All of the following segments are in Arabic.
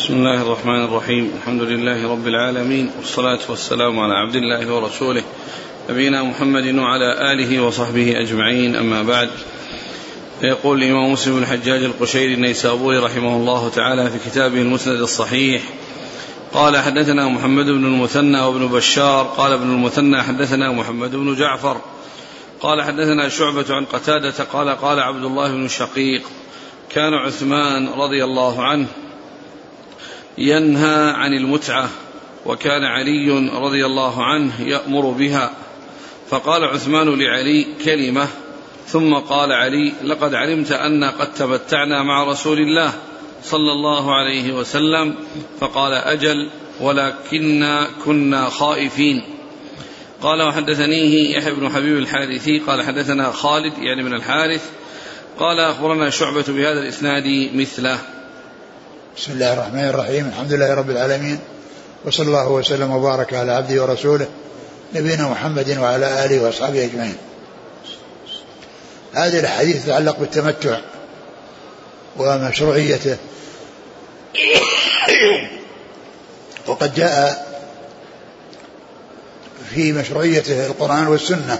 بسم الله الرحمن الرحيم. الحمد لله رب العالمين، والصلاة والسلام على عبد الله ورسوله نبينا محمد وعلى آله وصحبه أجمعين، أما بعد. فيقول الإمام مسلم بن الحجاج القشيري النيسابوري رحمه الله تعالى في كتابه المسند الصحيح قال: حدثنا محمد بن المثنى وابن بشار قال ابن المثنى: حدثنا محمد بن جعفر قال: حدثنا شعبة عن قتادة قال: قال عبد الله بن شقيق: كان عثمان رضي الله عنه ينهى عن المتعة، وكان علي رضي الله عنه يأمر بها. فقال عثمان لعلي كلمة، ثم قال علي: لقد علمت أن قد تمتعنا مع رسول الله صلى الله عليه وسلم. فقال: أجل، ولكننا كنا خائفين. قال: وحدثنيه يحيى بن حبيب الحارثي قال: حدثنا خالد يعني من الحارث قال: أخبرنا شعبة بهذا الإسناد مثله. بسم الله الرحمن الرحيم. الحمد لله رب العالمين، وصلى الله وسلم وبارك على عبده ورسوله نبينا محمد وعلى آله وأصحابه أجمعين. هذه الحديث تتعلق بالتمتع ومشروعيته، وقد جاء في مشروعيته القرآن والسنة.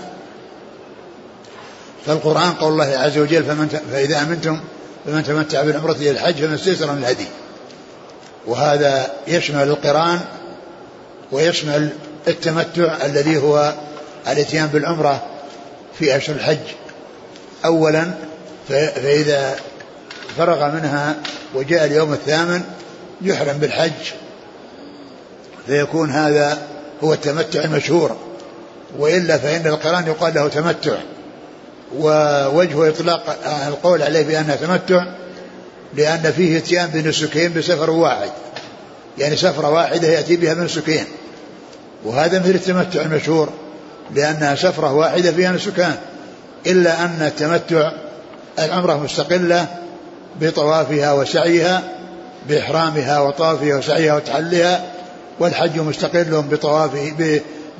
فالقرآن قول الله عز وجل: فإذا أمنتم فمن تمتع بالعمرة إلى الحج فمن استيسر من الهدي. وهذا يشمل القران ويشمل التمتع الذي هو الاتيان بالعمرة في أشهر الحج أولا، فإذا فرغ منها وجاء اليوم الثامن يحرم بالحج، فيكون هذا هو التمتع المشهور. وإلا فإن القران يقال له تمتع، ووجه إطلاق القول عليه بأنه تمتع لأن فيه اتيان بنسكين بسفر واحد، يعني سفرة واحدة يأتي بها بنسكين، وهذا مثل التمتع المشهور لأنها سفرة واحدة فيها نسكان. إلا أن التمتع العمرة مستقلة بطوافها وسعيها، بإحرامها وطوافها وسعيها وتحلها، والحج مستقل بطوافه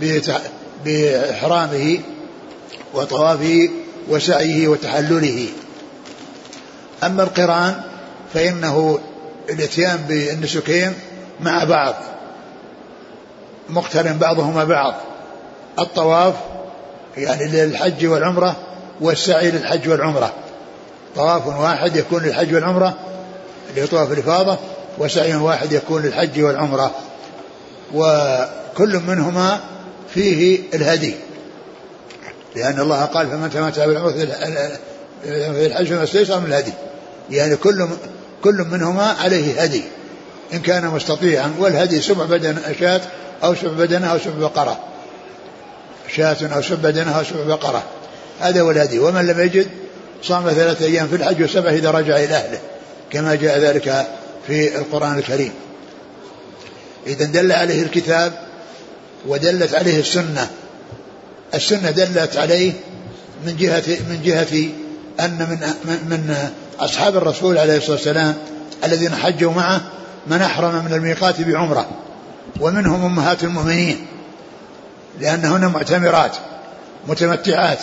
بإحرامه وطوافه وسعيه وتحلله. أما القران فإنه الاتيان بالنسكين مع بعض مقترن بعضهما بعض، الطواف يعني للحج والعمرة، والسعي للحج والعمرة. طواف واحد يكون للحج والعمرة اللي هو طواف الإفاضة، وسعي واحد يكون للحج والعمرة، وكل منهما فيه الهدي، لأن الله قال: فمن تمتع بالعمرة في الحج فما استيسر من الهدي. يعني كل منهما عليه هدي إن كان مستطيعا، والهدي سبع بدن شاة أو سبع بدنها أو سبع بقرة، شاة أو سبع بدنها أو سبع بقرة، هذا هو الهدي. ومن لم يجد صام 3 أيام في الحج و7 إذا رجع إلى أهله، كما جاء ذلك في القرآن الكريم. إذن دل عليه الكتاب ودلت عليه السنة. السنة دلت عليه من جهة أن من أصحاب الرسول عليه الصلاة والسلام الذين حجوا معه من أحرم من الميقات بعمرة، ومنهم أمهات المؤمنين لأنهن معتمرات متمتعات.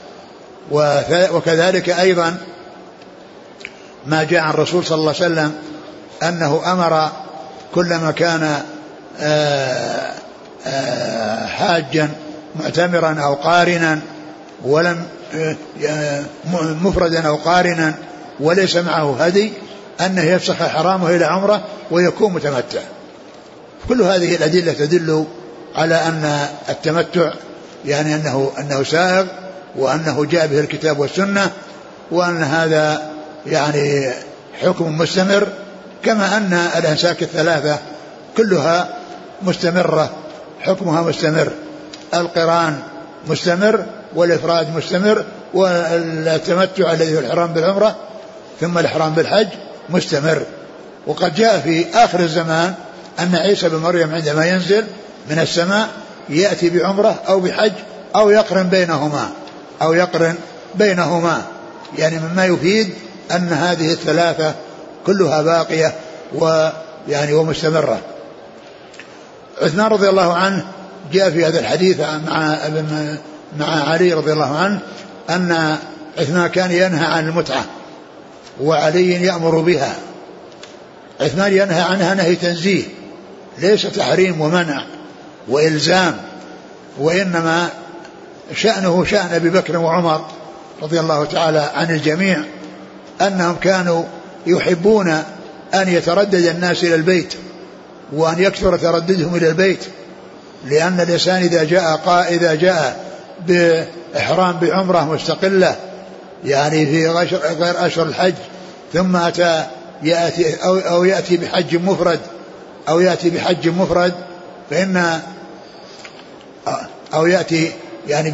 وكذلك أيضا ما جاء عن الرسول صلى الله عليه وسلم أنه أمر كلما كان حاجا معتمرا أو قارنا ولم مفردا أو قارنا وليس معه هدي أنه يفسخ حرامه إلى عمره ويكون متمتع. كل هذه الأدلة تدل على أن التمتع يعني أنه سائغ، وأنه جاء به الكتاب والسنة، وأن هذا يعني حكم مستمر، كما أن الأنساك الثلاثة كلها مستمرة، حكمها مستمر. القران مستمر، والإفراد مستمر، والتمتع الذي هو الإحرام بالعمرة ثم الإحرام بالحج مستمر. وقد جاء في آخر الزمان أن عيسى بن مريم عندما ينزل من السماء يأتي بعمرة أو بحج أو يقرن بينهما يعني مما يفيد أن هذه الثلاثة كلها باقية ومستمرة. عثمان رضي الله عنه جاء في هذا الحديث مع علي رضي الله عنه أن عثمان كان ينهى عن المتعة وعلي يأمر بها، عثمان ينهى عنها نهي تنزيه ليس تحريم ومنع وإلزام، وإنما شأنه شأن أبي بكر وعمر رضي الله تعالى عن الجميع أنهم كانوا يحبون أن يتردد الناس إلى البيت وأن يكثر ترددهم إلى البيت، لأن الإنسان إذا جاء بإحرام بعمرة مستقلة يعني في غير أشهر الحج ثم يأتي بحج مفرد أو يأتي بحج مفرد فإن أو يأتي يعني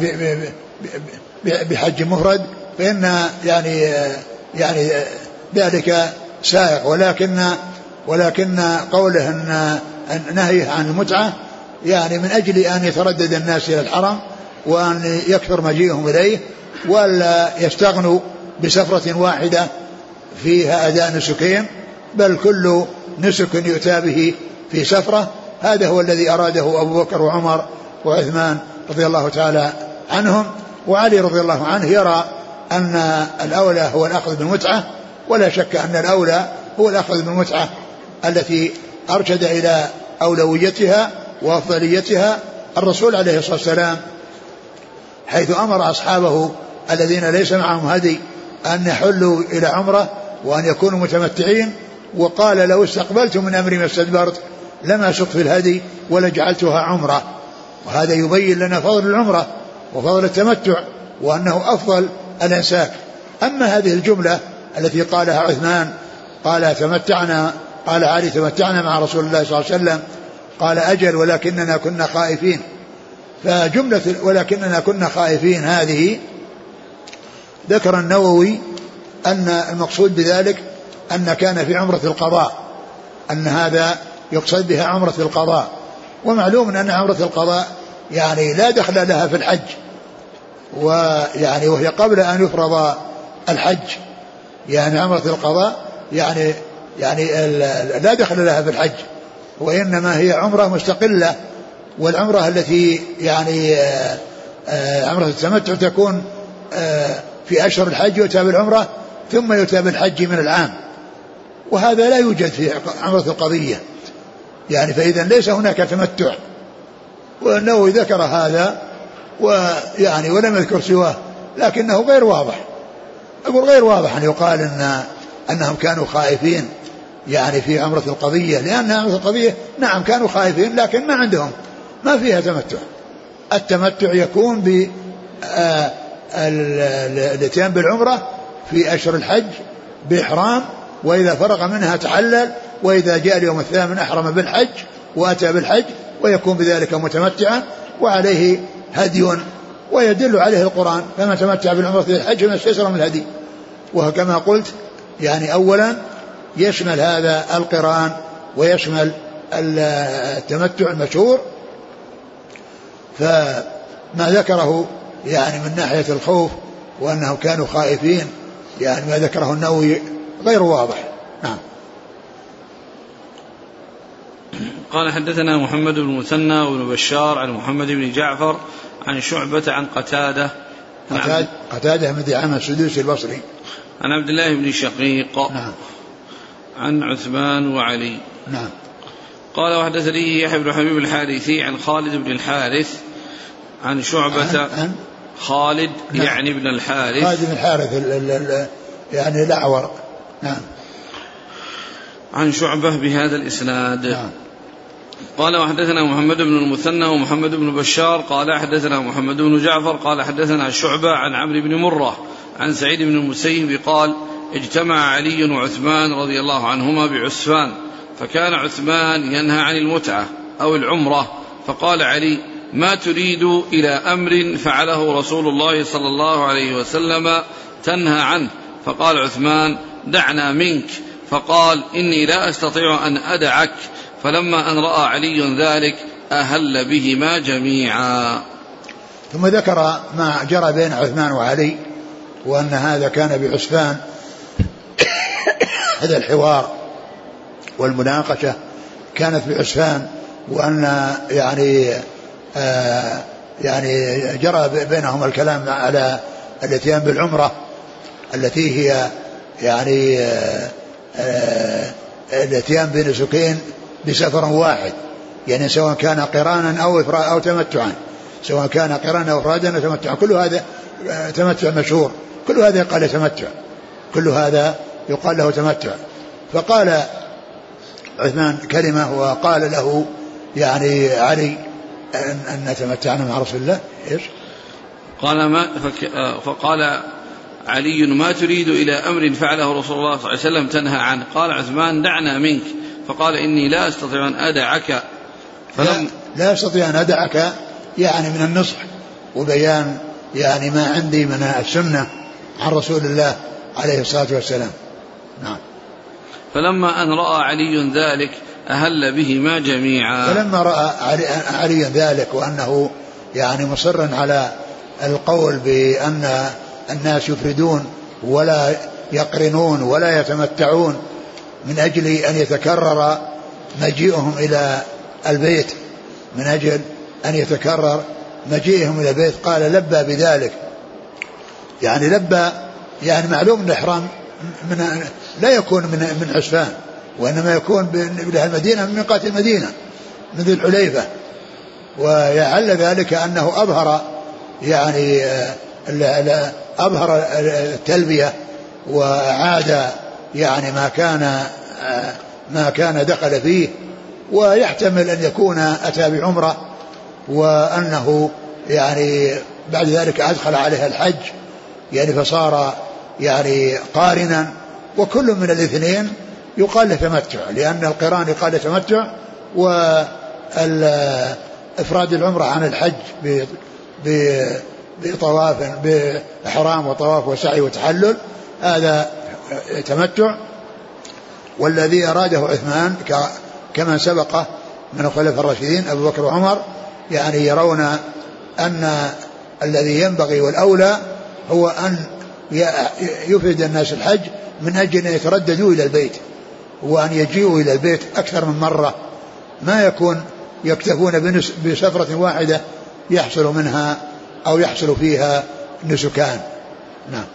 بحج مفرد فإن يعني ذلك سائغ، ولكن قوله أن نهيه عن المتعة يعني من أجل أن يتردد الناس إلى الحرم وأن يكثر مجيئهم إليه ولا يستغنوا بسفرة واحدة فيها أداء نسكين، بل كل نسك يؤتى به في سفرة. هذا هو الذي أراده أبو بكر وعمر وعثمان رضي الله تعالى عنهم. وعلي رضي الله عنه يرى أن الأولى هو الأخذ بالمتعة، ولا شك أن الأولى هو الأخذ بالمتعة التي أرشد إلى أولويتها وأفضليتها الرسول عليه الصلاة والسلام، حيث أمر أصحابه الذين ليس معهم هدي أن يحلوا إلى عمرة وأن يكونوا متمتعين، وقال لو استقبلت من أمري ما استدبرت لما سقت في الهدي ولجعلتها عمرة. وهذا يبين لنا فضل العمرة وفضل التمتع وأنه أفضل الأنساك. أما هذه الجملة التي قالها عثمان قال علي تمتعنا مع رسول الله صلى الله عليه وسلم، قال أجل ولكننا كنا خائفين. فجملة ولكننا كنا خائفين هذه ذكر النووي أن المقصود بذلك أن كان في عمرة القضاء، أن هذا يقصد بها عمرة القضاء. ومعلوم أن عمرة القضاء يعني لا دخل لها في الحج، وهي قبل أن يفرض الحج، يعني عمرة القضاء يعني لا دخل لها في الحج، وإنما هي عمرة مستقلة. والعمرة التي يعني عمرة التمتع تكون في أشهر الحج يؤتى بالعمرة ثم يؤتى بالحج من العام، وهذا لا يوجد في عمرة القضية يعني، فإذا ليس هناك تمتع. والنووي ذكر هذا ويعني ولم يذكر سواه، لكنه غير واضح. أقول غير واضح أن يقال أنهم كانوا خائفين يعني في عمرة القضية، لأن عمرة القضية نعم كانوا خائفين لكن ما عندهم ما فيها تمتع. التمتع يكون بالاتيان بالعمرة في أشهر الحج بإحرام، وإذا فرغ منها تحلل، وإذا جاء اليوم الثامن أحرم بالحج وأتى بالحج ويكون بذلك متمتعا وعليه هدي، ويدل عليه القرآن فما تمتع بالعمرة للحج فما استيسر من الهدي. وكما قلت يعني أولا يشمل هذا القران ويشمل التمتع المشهور، فما ذكره يعني من ناحية الخوف وأنهم كانوا خائفين يعني ما ذكره النووي غير واضح. نعم. قال حدثنا محمد بن المثنى وابن بشار عن محمد بن جعفر عن شعبة عن قتادة بن دعامة السدوسي البصري عن عبد الله بن شقيق. نعم. عن عثمان وعلي. نعم. قال وحدثني يحيى بن حبيب الحارثي عن خالد بن الحارث عن شعبة خالد نعم. يعني بن الحارث خالد بن الحارث يعني الأعور. نعم. عن شعبة بهذا الإسناد. نعم. قال وحدثنا محمد بن المثنى ومحمد بن بشار قال حدثنا محمد بن جعفر قال حدثنا شعبة عن عمرو بن مرة عن سعيد بن المسيب قال اجتمع علي وعثمان رضي الله عنهما بعسفان، فكان عثمان ينهى عن المتعة أو العمرة، فقال علي ما تريد إلى أمر فعله رسول الله صلى الله عليه وسلم تنهى عنه؟ فقال عثمان دعنا منك، فقال إني لا أستطيع أن أدعك. فلما أن رأى علي ذلك أهل بهما جميعا. ثم ذكر ما جرى بين عثمان وعلي وأن هذا كان بعسفان هذا الحوار والمناقشة كانت بعسفان، وأن يعني جرى بينهم الكلام على الاتيان بالعمرة التي هي يعني الاتيان بنسكين بسفر واحد، يعني سواء كان قرانا أو تمتعا، سواء كان قرانا أو إفرادا أو تمتعا، كل هذا تمتع مشهور، كل هذا يقال تمتع، كل هذا يقال له تمتع. فقال عثمان كلمة وقال له يعني علي أن تمتعنا مع رسول الله. إيش فقال علي ما تريد إلى أمر فعله رسول الله صلى الله عليه وسلم تنهى عنه؟ قال عثمان دعنا منك. فقال إني لا أستطيع أن أدعك. لا أستطيع أن أدعك يعني من النصح وبيان يعني ما عندي من السنة عن رسول الله عليه الصلاة والسلام. نعم. فلما أن رأى علي ذلك أهل بهما جميعا. فلما رأى علي ذلك وأنه يعني مصر على القول بأن الناس يفردون ولا يقرنون ولا يتمتعون من أجل أن يتكرر مجيئهم إلى البيت، من أجل أن يتكرر مجيئهم إلى البيت، قال لبى بذلك. يعني لبى يعني معلوم أن الإحرام لا يكون من عسفان، وإنما يكون بالمدينة من ميقات المدينة من ذي الحليفة. ويعل ذلك أنه أظهر يعني أظهر التلبية وعاد يعني ما كان دخل فيه، ويحتمل أن يكون أتى بعمرة وأنه يعني بعد ذلك أدخل عليها الحج يعني فصار يعني قارنا، وكل من الاثنين يقال له تمتع، لأن القران يقال له تمتع، وإفراد العمرة عن الحج بطواف بإحرام وطواف وسعي وتحلل هذا تمتع. والذي أراده عثمان كما سبقه من الخلفاء الراشدين أبو بكر وعمر يعني يرون أن الذي ينبغي والأولى هو أن يفرد الناس الحج من أجل أن يترددوا إلى البيت وأن يجيئوا إلى البيت أكثر من مرة، ما يكون يكتفون بسفرة واحدة يحصل منها أو يحصل فيها نسكان. نعم.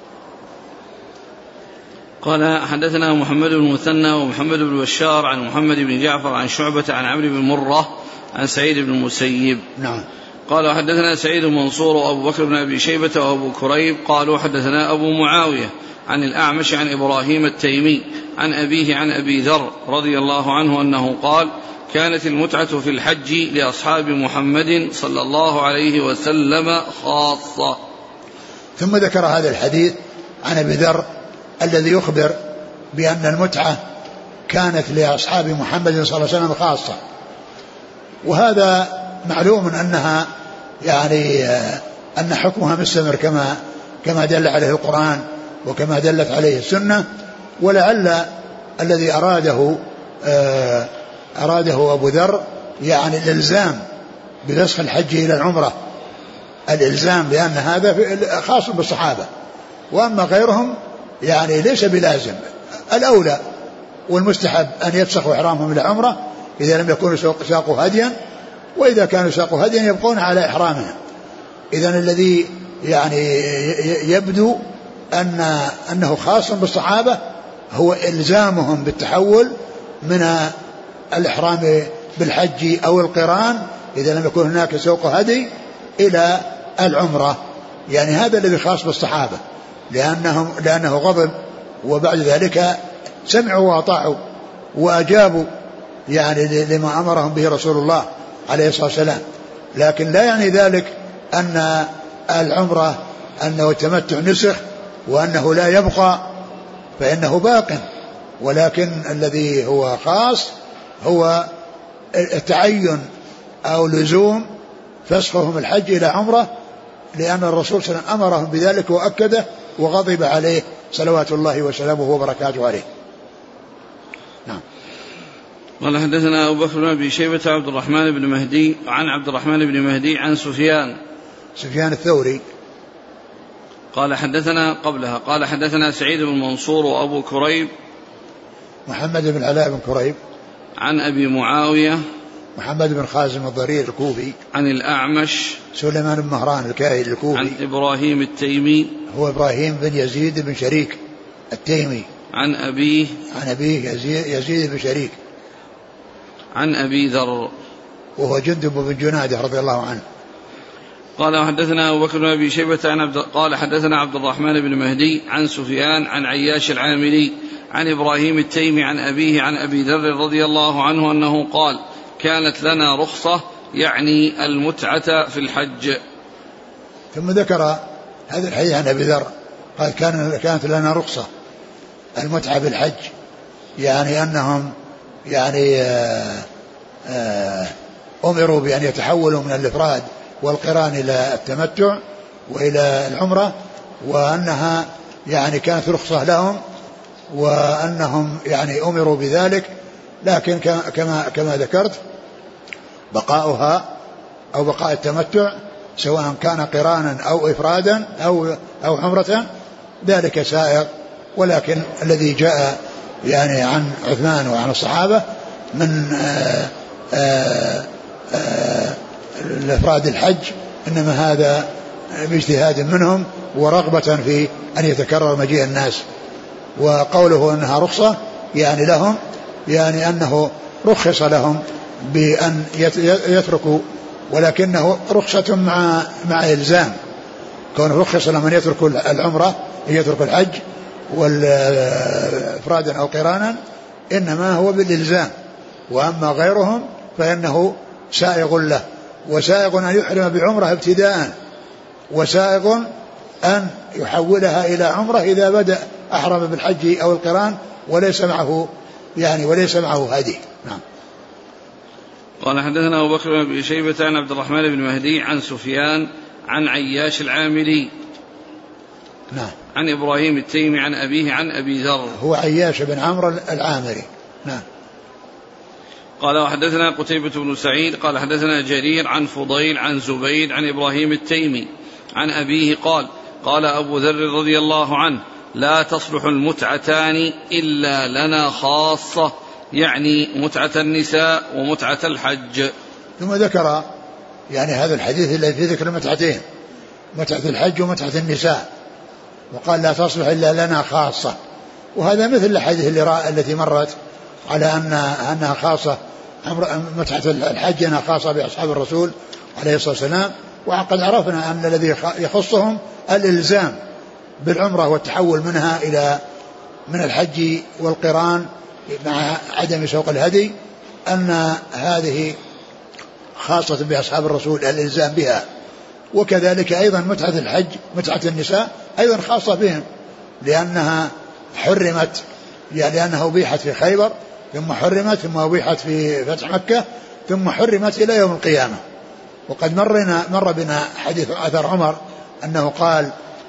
قال حدثنا محمد بن المثنى ومحمد بن بشار عن محمد بن جعفر عن شعبة عن عمرو بن مرة عن سعيد بن المسيب. نعم. قال حدثنا سعيد منصور وأبو بكر بن أبي شيبة وأبو كريب قالوا حدثنا أبو معاوية عن الأعمش عن إبراهيم التيمي عن أبيه عن أبي ذر رضي الله عنه أنه قال كانت المتعة في الحج لأصحاب محمد صلى الله عليه وسلم خاصة. ثم ذكر هذا الحديث عن أبي ذر الذي يخبر بأن المتعة كانت لأصحاب محمد صلى الله عليه وسلم خاصة، وهذا معلوم أنها يعني أن حكمها مستمر كما دل عليه القرآن وكما دلت عليه السنة. ولعل الذي أراده أبو ذر يعني الإلزام بفسخ الحج إلى العمرة، الإلزام، لأن هذا خاص بالصحابة، وأما غيرهم يعني ليس بلازم. الأولى والمستحب أن يفسخوا إحرامهم إلى عمرة إذا لم يكونوا ساقوا هديا، وإذا كانوا ساقوا هديا يبقون على إحرامهم. إذن الذي يعني يبدو أنه خاص بالصحابة هو إلزامهم بالتحول من الإحرام بالحج أو القران إذا لم يكن هناك سوق هدي إلى العمرة، يعني هذا الذي خاص بالصحابة، لأنه غضب وبعد ذلك سمعوا وأطاعوا وأجابوا يعني لما أمرهم به رسول الله عليه الصلاة والسلام. لكن لا يعني ذلك أن العمرة أنه التمتع نسخ وأنه لا يبقى، فإنه باق، ولكن الذي هو خاص هو التعين أو لزوم فسخهم الحج إلى عمرة، لأن الرسول صلى الله عليه وسلم أمرهم بذلك وأكده وغضب عليه صلوات الله وسلامه وبركاته عليه. نعم. قال حدثنا أبو بكر بن أبي شيبة عبد الرحمن بن مهدي عن عبد الرحمن بن مهدي عن سفيان الثوري قال حدثنا قبلها قال حدثنا سعيد بن منصور وأبو كريب محمد بن علاء بن كريب عن أبي معاوية محمد بن خازم الضرير الكوفي عن الأعمش سليمان بن مهران الكاهلي الكوفي عن إبراهيم التيمي هو إبراهيم بن يزيد بن شريك التيمي عن أبيه يزيد بن شريك عن أبي ذر وهو جندب بن جنادة رضي الله عنه. قال وحدثنا أبو بكر بن أبي شيبة قال حدثنا عبد الرحمن بن مهدي عن سفيان عن عياش العامري عن إبراهيم التيمي عن أبيه عن أبي ذر رضي الله عنه أنه قال كانت لنا رخصة يعني المتعة في الحج. ثم ذكر هذا الحديث عن أبي ذر قال كانت لنا رخصة المتعة في الحج، يعني أنهم يعني أمروا بأن يتحولوا من الإفراد والقران إلى التمتع وإلى العمرة، وأنها يعني كانت رخصة لهم وأنهم يعني أمروا بذلك، لكن كما ذكرت بقاؤها أو بقاء التمتع سواء كان قرانا أو إفرادا أو عمرة ذلك سائغ. ولكن الذي جاء يعني عن عثمان وعن الصحابة من الإفراد الحج إنما هذا باجتهاد منهم ورغبة في أن يتكرر مجيء الناس. وقوله أنها رخصة يعني لهم يعني أنه رخص لهم بأن يتركوا، ولكنه رخصة مع إلزام، كون رخص لهم أن يتركوا العمرة يتركوا الحج والإفرادا أو قرانا إنما هو بالإلزام، وأما غيرهم فإنه سائغ له، وسائغ أن يحرم بعمرة ابتداء، وسائغ أن يحولها إلى عمرة إذا بدأ أحرم بالحج أو القران وليس معه هدي. نعم. قال حدثنا أبو بكر بن أبي شيبة عن عبد الرحمن بن مهدي عن سفيان عن عياش العامري نعم عن إبراهيم التيمي عن أبيه عن أبي ذر هو عياش بن عمرو العامري. نعم. قال وحدثنا قتيبة بن سعيد قال حدثنا جرير عن فضيل عن زبيد عن إبراهيم التيمي عن أبيه قال قال أبو ذر رضي الله عنه لا تصلح المتعتان إلا لنا خاصة، يعني متعة النساء ومتعة الحج. ثم ذكر يعني هذا الحديث الذي في ذكر المتعتين، متعة الحج ومتعة النساء، وقال لا تصلح إلا لنا خاصة، وهذا مثل الحديث التي مرت على أنها خاصة، متعة الحج أنها خاصة بأصحاب الرسول عليه الصلاة والسلام، وقد عرفنا أن الذي يخصهم الإلزام بالعمرة والتحول منها من الحج والقران مع عدم سوق الهدي، أن هذه خاصة بأصحاب الرسول الإلزام بها. وكذلك أيضا متعة الحج متعة النساء أيضا خاصة بهم، لأنها حرمت يعني لأنها أبيحت في خيبر ثم حرمت ثم أبيحت في فتح مكة ثم حرمت إلى يوم القيامة. وقد مر بنا حديث أثر عمر أنه قال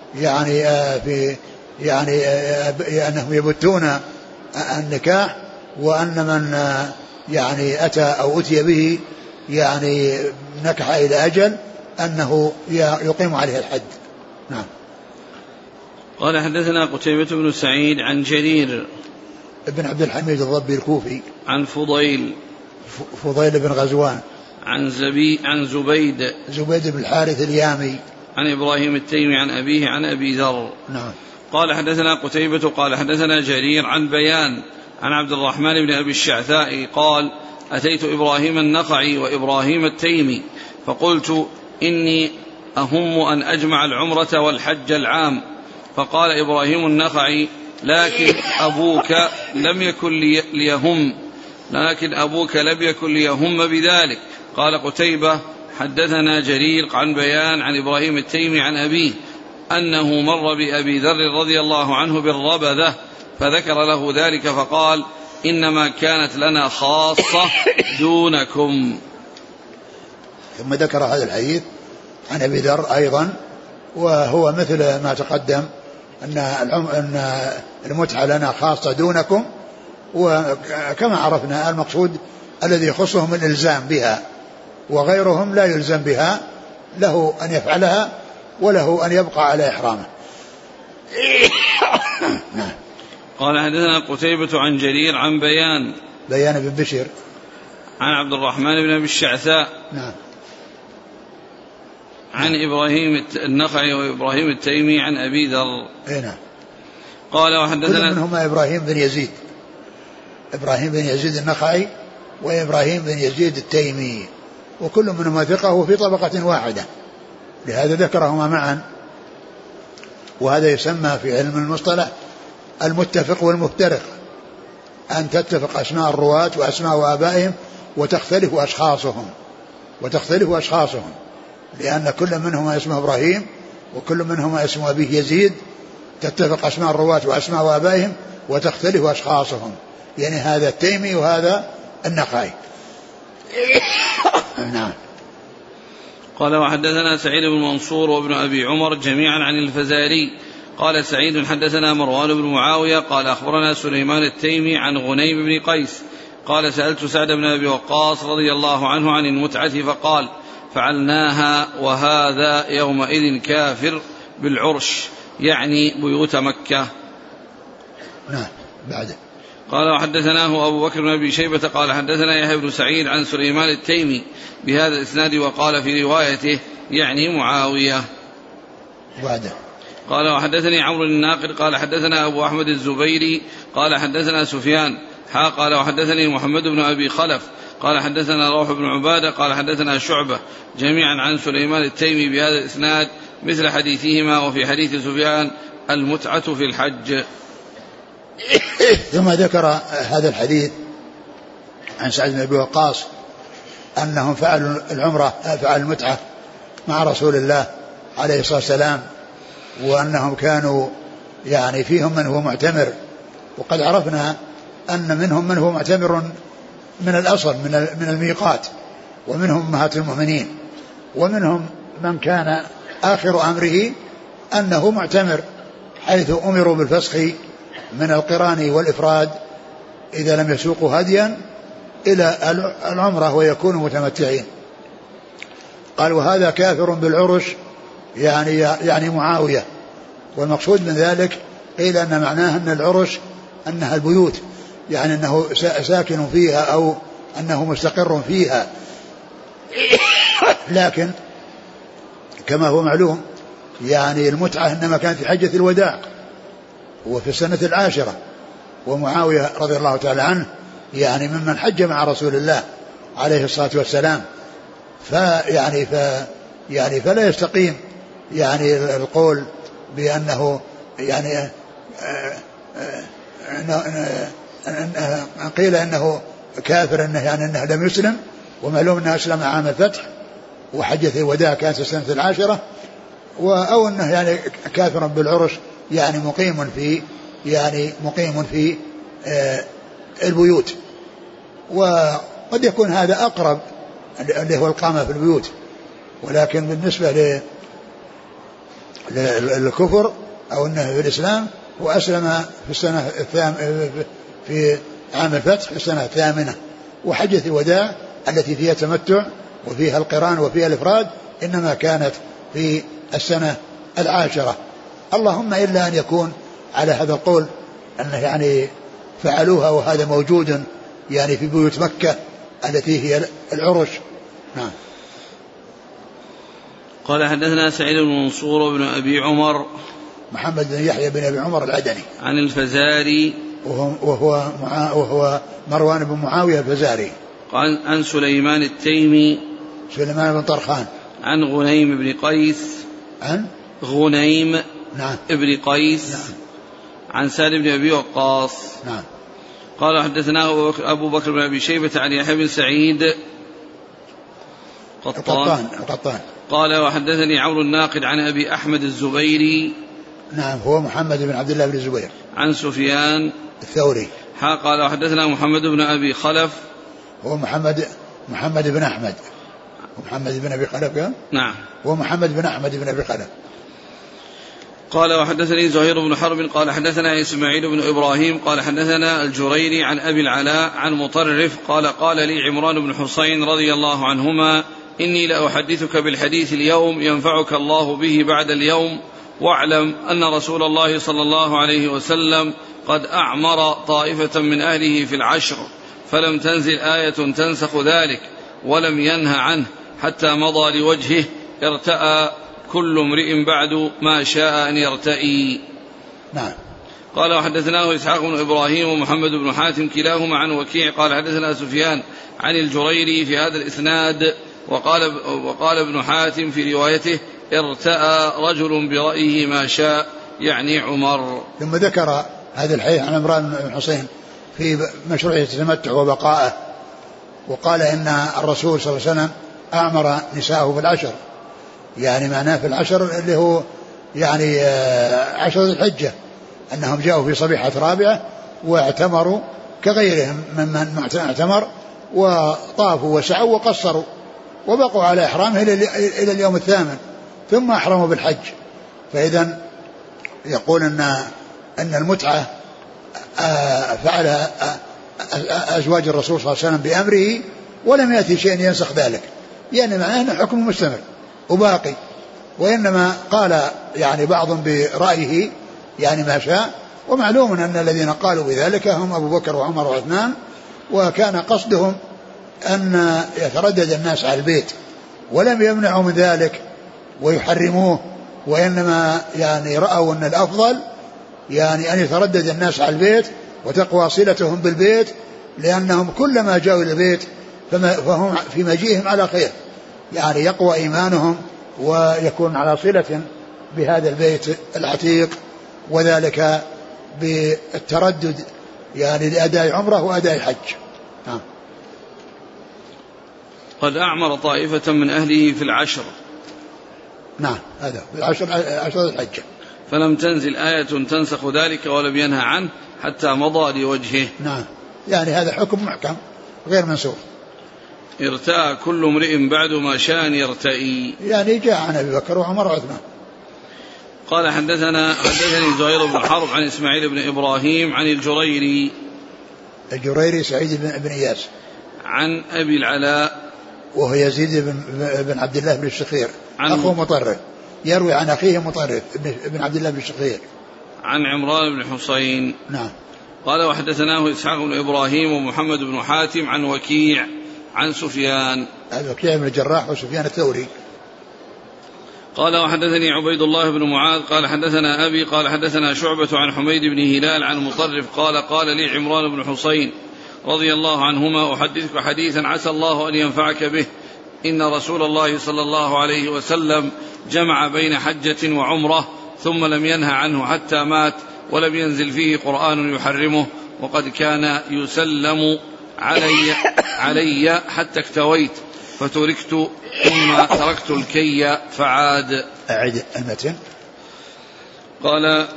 أنهم يبتون النكاح، وأن من أتى أو أتي به نكح إلى أجل أنه يقيم عليه الحد. نعم. قال حدثنا قتيبة بن سعيد عن جرير ابن عبد الحميد الضبي الكوفي عن فضيل بن غزوان عن زبيد بن الحارث اليامي عن إبراهيم التيمي عن أبيه عن أبي ذر. نعم. قال حدثنا قتيبة قال حدثنا جرير عن بيان عن عبد الرحمن بن أبي الشعثاء قال أتيت إبراهيم النخعي وإبراهيم التيمي فقلت إني أهم أن أجمع العمرة والحج العام، فقال إبراهيم النخعي لكن أبوك لم يكن ليهم بذلك. قال قتيبة حدثنا جرير عن بيان عن إبراهيم التيمي عن أبيه أنه مر بأبي ذر رضي الله عنه بالربذة فذكر له ذلك فقال إنما كانت لنا خاصة دونكم. ثم ذكر هذا الحديث عن أبي ذر أيضا، وهو مثل ما تقدم أن المتعة لنا خاصة دونكم، وكما عرفنا المقصود الذي يخصهم الإلزام بها، وغيرهم لا يلزم بها، له أن يفعلها وله أن يبقى على إحرامه. قال حدثنا قتيبة عن جرير عن بيان بن بشير عن عبد الرحمن بن أبي الشعثاء نعم. عن إبراهيم النخعي وإبراهيم التيمي عن أبي ذر. نعم. قال وحدثنا كل منهما إبراهيم بن يزيد النخعي وإبراهيم بن يزيد التيمي، وكل منهما ثقة في طبقة واحدة، لهذا ذكرهما معا. وهذا يسمى في علم المصطلح المتفق والمفترق، أن تتفق أسماء الرواة وأسماء آبائهم وتختلف أشخاصهم، لأن كل منهما اسمه إبراهيم وكل منهما اسمه أبيه يزيد، تتفق أسماء الرواة وأسماء آبائهم وتختلف أشخاصهم، يعني هذا التيمي وهذا النخعي. نعم. قال وحدثنا سعيد بن منصور وابن أبي عمر جميعا عن الفزاري قال سعيد حدثنا مروان بن معاوية قال أخبرنا سليمان التيمي عن غنيم بن قيس قال سألت سعد بن أبي وقاص رضي الله عنه عن المتعة فقال فعلناها وهذا يومئذ كافر بالعرش، يعني بيوت مكة. نعم. بعد قال وحدثناه أبو بكر بن أبي شيبة قال حدثنا يحيى بن سعيد عن سليمان التيمي بهذا الإسناد وقال في روايته يعني معاوية. بعد قال وحدثني عمرو الناقد قال حدثنا أبو أحمد الزبيري قال حدثنا سفيان قال وحدثني محمد بن أبي خلف قال حدثنا روح بن عبادة قال حدثنا شعبة جميعا عن سليمان التيمي بهذا الإسناد مثل حديثهما، وفي حديث سفيان المتعة في الحج. ثم ذكر هذا الحديث عن سعد بن أبي وقاص أنهم فعلوا العمرة، فعلوا المتعة مع رسول الله عليه الصلاة والسلام، وأنهم كانوا يعني فيهم من هو معتمر، وقد عرفنا أن منهم من هو معتمر من الأصل من الميقات، ومنهم أمهات المؤمنين، ومنهم من كان آخر أمره أنه معتمر، حيث أمروا بالفسخ من القران والإفراد إذا لم يسوقوا هديا إلى العمرة ويكونوا متمتعين. قال وهذا كافر بالعرش، يعني معاوية، والمقصود من ذلك قيل أن معناه أن العرش أنها البيوت، يعني أنه ساكن فيها أو أنه مستقر فيها، لكن كما هو معلوم يعني المتعة إنما كانت في حجة الوداع وفي السنة 10، ومعاوية رضي الله تعالى عنه يعني ممن حج مع رسول الله عليه الصلاة والسلام، فلا يستقيم يعني القول بأنه يعني قيل أنه كافر، أنه يعني أنه لم يسلم، ومعلوم أنه أسلم عام الفتح وحجة الوداع كانت السنة 10، أو أنه يعني كافر بالعرش، يعني مقيم في البيوت. وقد يكون هذا أقرب اللي هو القامة في البيوت، ولكن بالنسبة للكفر أو أنه في الإسلام وأسلم في السنة في عام الفتح في السنة 8، وحجة الوداع التي فيها تمتع وفيها القران وفيها الإفراد إنما كانت في السنة 10. اللهم إلا أن يكون على هذا القول أنه يعني فعلوها وهذا موجود يعني في بيوت مكة التي هي العرش. نعم. قال حدثنا سعيد بن منصور وابن أبي عمر محمد بن يحيى بن أبي عمر العدني عن الفزاري وهو مروان بن معاوية الفزاري عن سليمان التيمي سليمان بن طرخان عن غنيم بن قيس عن غنيم نعم ابن قيس نعم عن سعد بن أبي وقاص نعم. قال حدثنا أبو بكر بن أبي شيبة عن يحيى بن سعيد القطان قال وحدثني عمرو الناقد عن أبي أحمد الزبيري نعم هو محمد بن عبد الله بن الزبير عن سفيان الثوري قال وحدثنا محمد بن أبي خلف هو محمد بن أحمد ومحمد بن أبي خلف نعم هو محمد بن أحمد بن أبي خلف. قال وحدثني زهير بن حرب قال حدثنا إسماعيل بن إبراهيم قال حدثنا الجريري عن أبي العلاء عن مطرف قال لي عمران بن حسين رضي الله عنهما إني لأحدثك بالحديث اليوم ينفعك الله به بعد اليوم، واعلم أن رسول الله صلى الله عليه وسلم قد أعمر طائفة من أهله في 10 فلم تنزل آية تنسخ ذلك ولم ينه عنه حتى مضى لوجهه ارتأى كل امرئ بعد ما شاء أن يرتئي. نعم. قال وحدثناه إسحاق بن إبراهيم ومحمد بن حاتم كلاهما عن وكيع قال حدثنا سفيان عن الجريري في هذا الإسناد. وقال ابن حاتم في روايته ارتأى رجل برأيه ما شاء يعني عمر. ثم ذكر هذا الحديث عن عمران بن حسين في مشروعية التمتع وبقائه، وقال إن الرسول صلى الله عليه وسلم أعمر نساءه في العشر، يعني معناه في العشر اللي هو يعني عشر الحجة، أنهم جاءوا في صبيحة رابعة واعتمروا كغيرهم ممن اعتمر وطافوا وسعوا وقصروا وبقوا على إحرامه إلى اليوم الثامن ثم أحرموا بالحج. فإذا يقول أن المتعة فعلها أزواج الرسول صلى الله عليه وسلم بأمره ولم يأتي شيء ينسخ ذلك، يعني معناه أن الحكم مستمر وباقي. وإنما قال يعني بعض برأيه يعني ما شاء، ومعلوم أن الذين قالوا بذلك هم أبو بكر وعمر وعثمان، وكان قصدهم أن يتردد الناس على البيت ولم يمنعوا من ذلك ويحرموه، وإنما يعني رأوا أن الأفضل يعني أن يتردد الناس على البيت وتقوى صلتهم بالبيت، لأنهم كلما جاءوا إلى البيت فهم في مجيئهم على خير، يعني يقوى إيمانهم ويكون على صلة بهذا البيت العتيق، وذلك بالتردد يعني لأداء عمره وأداء حج. قد أعمر طائفة من أهله في العشر. نعم هذا في عشر الحجة. فلم تنزل آية تنسخ ذلك ولم ينهى عنه حتى مضى لوجهه. نعم يعني هذا حكم محكم غير منسوخ. ارتأى كل امرئ بعد ما شاء يرتئي، يعني جاء عن أبي بكر وعمر وعثمان. قال حدثني زهير بن حرب عن إسماعيل بن إبراهيم عن الجريري سعيد بن إياس عن أبي العلاء وهو يزيد بن عبد الله بن الشخير أخو مطرف، يروي عن أخيه مطرف بن عبد الله بن الشخير عن عمران بن حسين. نعم. قال وحدثناه إسحاق بن إبراهيم ومحمد بن حاتم عن وكيع عن سفيان. وكيع بن الجراح وسفيان الثوري. قال وحدثني عبيد الله بن معاذ قال حدثنا أبي قال حدثنا شعبة عن حميد بن هلال عن مطرف قال لي عمران بن حسين رضي الله عنهما أحدثك حديثا عسى الله أن ينفعك به، إن رسول الله صلى الله عليه وسلم جمع بين حجة وعمرة ثم لم ينهى عنه حتى مات ولم ينزل فيه قرآن يحرمه، وقد كان يسلم علي حتى اكتويت فتركت ثم تركت الكي فعاد. أعد المتن. قال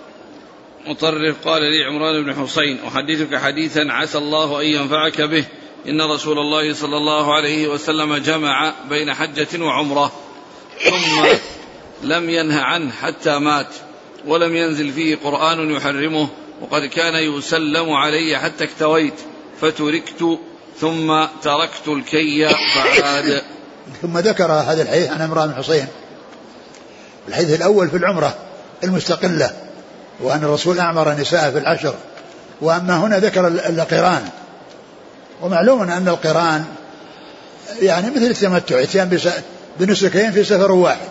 مطرف قال لي عمران بن حسين أحدثك حديثا عسى الله أن ينفعك به، إن رسول الله صلى الله عليه وسلم جمع بين حجة وعمرة ثم لم ينه عنه حتى مات ولم ينزل فيه قرآن يحرمه، وقد كان يسلم علي حتى اكتويت فتركت ثم تركت الكي فعاد. ثم ذكر هذا الحديث عن عمران بن حسين. الحديث الأول في العمرة المستقلة، وأن الرسول أعمر نساء في العشر، وأما هنا ذكر القران، ومعلوم أن القران يعني مثل التمتع، اتيان بنسكين في سفر واحد،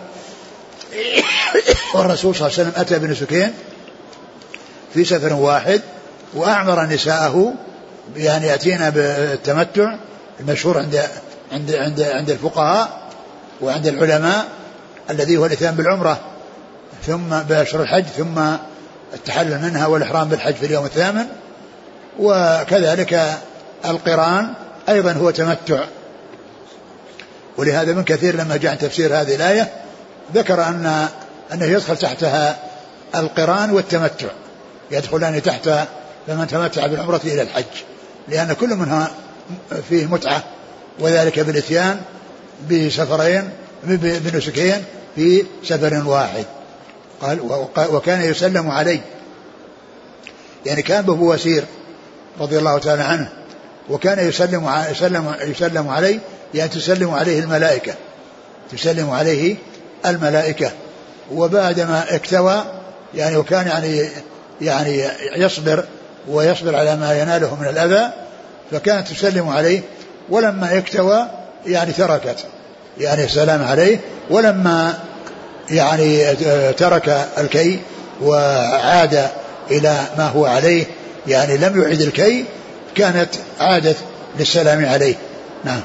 والرسول صلى الله عليه وسلم أتى بنسكين في سفر واحد وأعمر نساءه، يعني يأتينا بالتمتع المشهور عند الفقهاء وعند العلماء الذي هو الاتيان بالعمرة ثم بأشهر الحج ثم التحلل منها والإحرام بالحج في اليوم الثامن، وكذلك القران أيضا هو تمتع. ولهذا ابن كثير لما جاء تفسير هذه الآية ذكر أنه يدخل تحتها القران والتمتع، يدخلان تحت فمن تمتع بالعمرة إلى الحج، لأن كل منها فيه متعة، وذلك بالاتيان بسفرين بنسكين في سفر واحد. قال وكان يسلم عليه، يعني كان به وسير رضي الله تعالى عنه، وكان يسلم عليه، يعني تسلم عليه الملائكة، تسلم عليه الملائكة. وبعدما اكتوى يعني وكان يعني يصبر على ما يناله من الأذى، فكانت تسلم عليه، ولما اكتوى يعني تركت يعني السلام عليه، ولما يعني ترك الكي وعاد إلى ما هو عليه، يعني لم يعد الكي، كانت عادة للسلام عليه. نعم.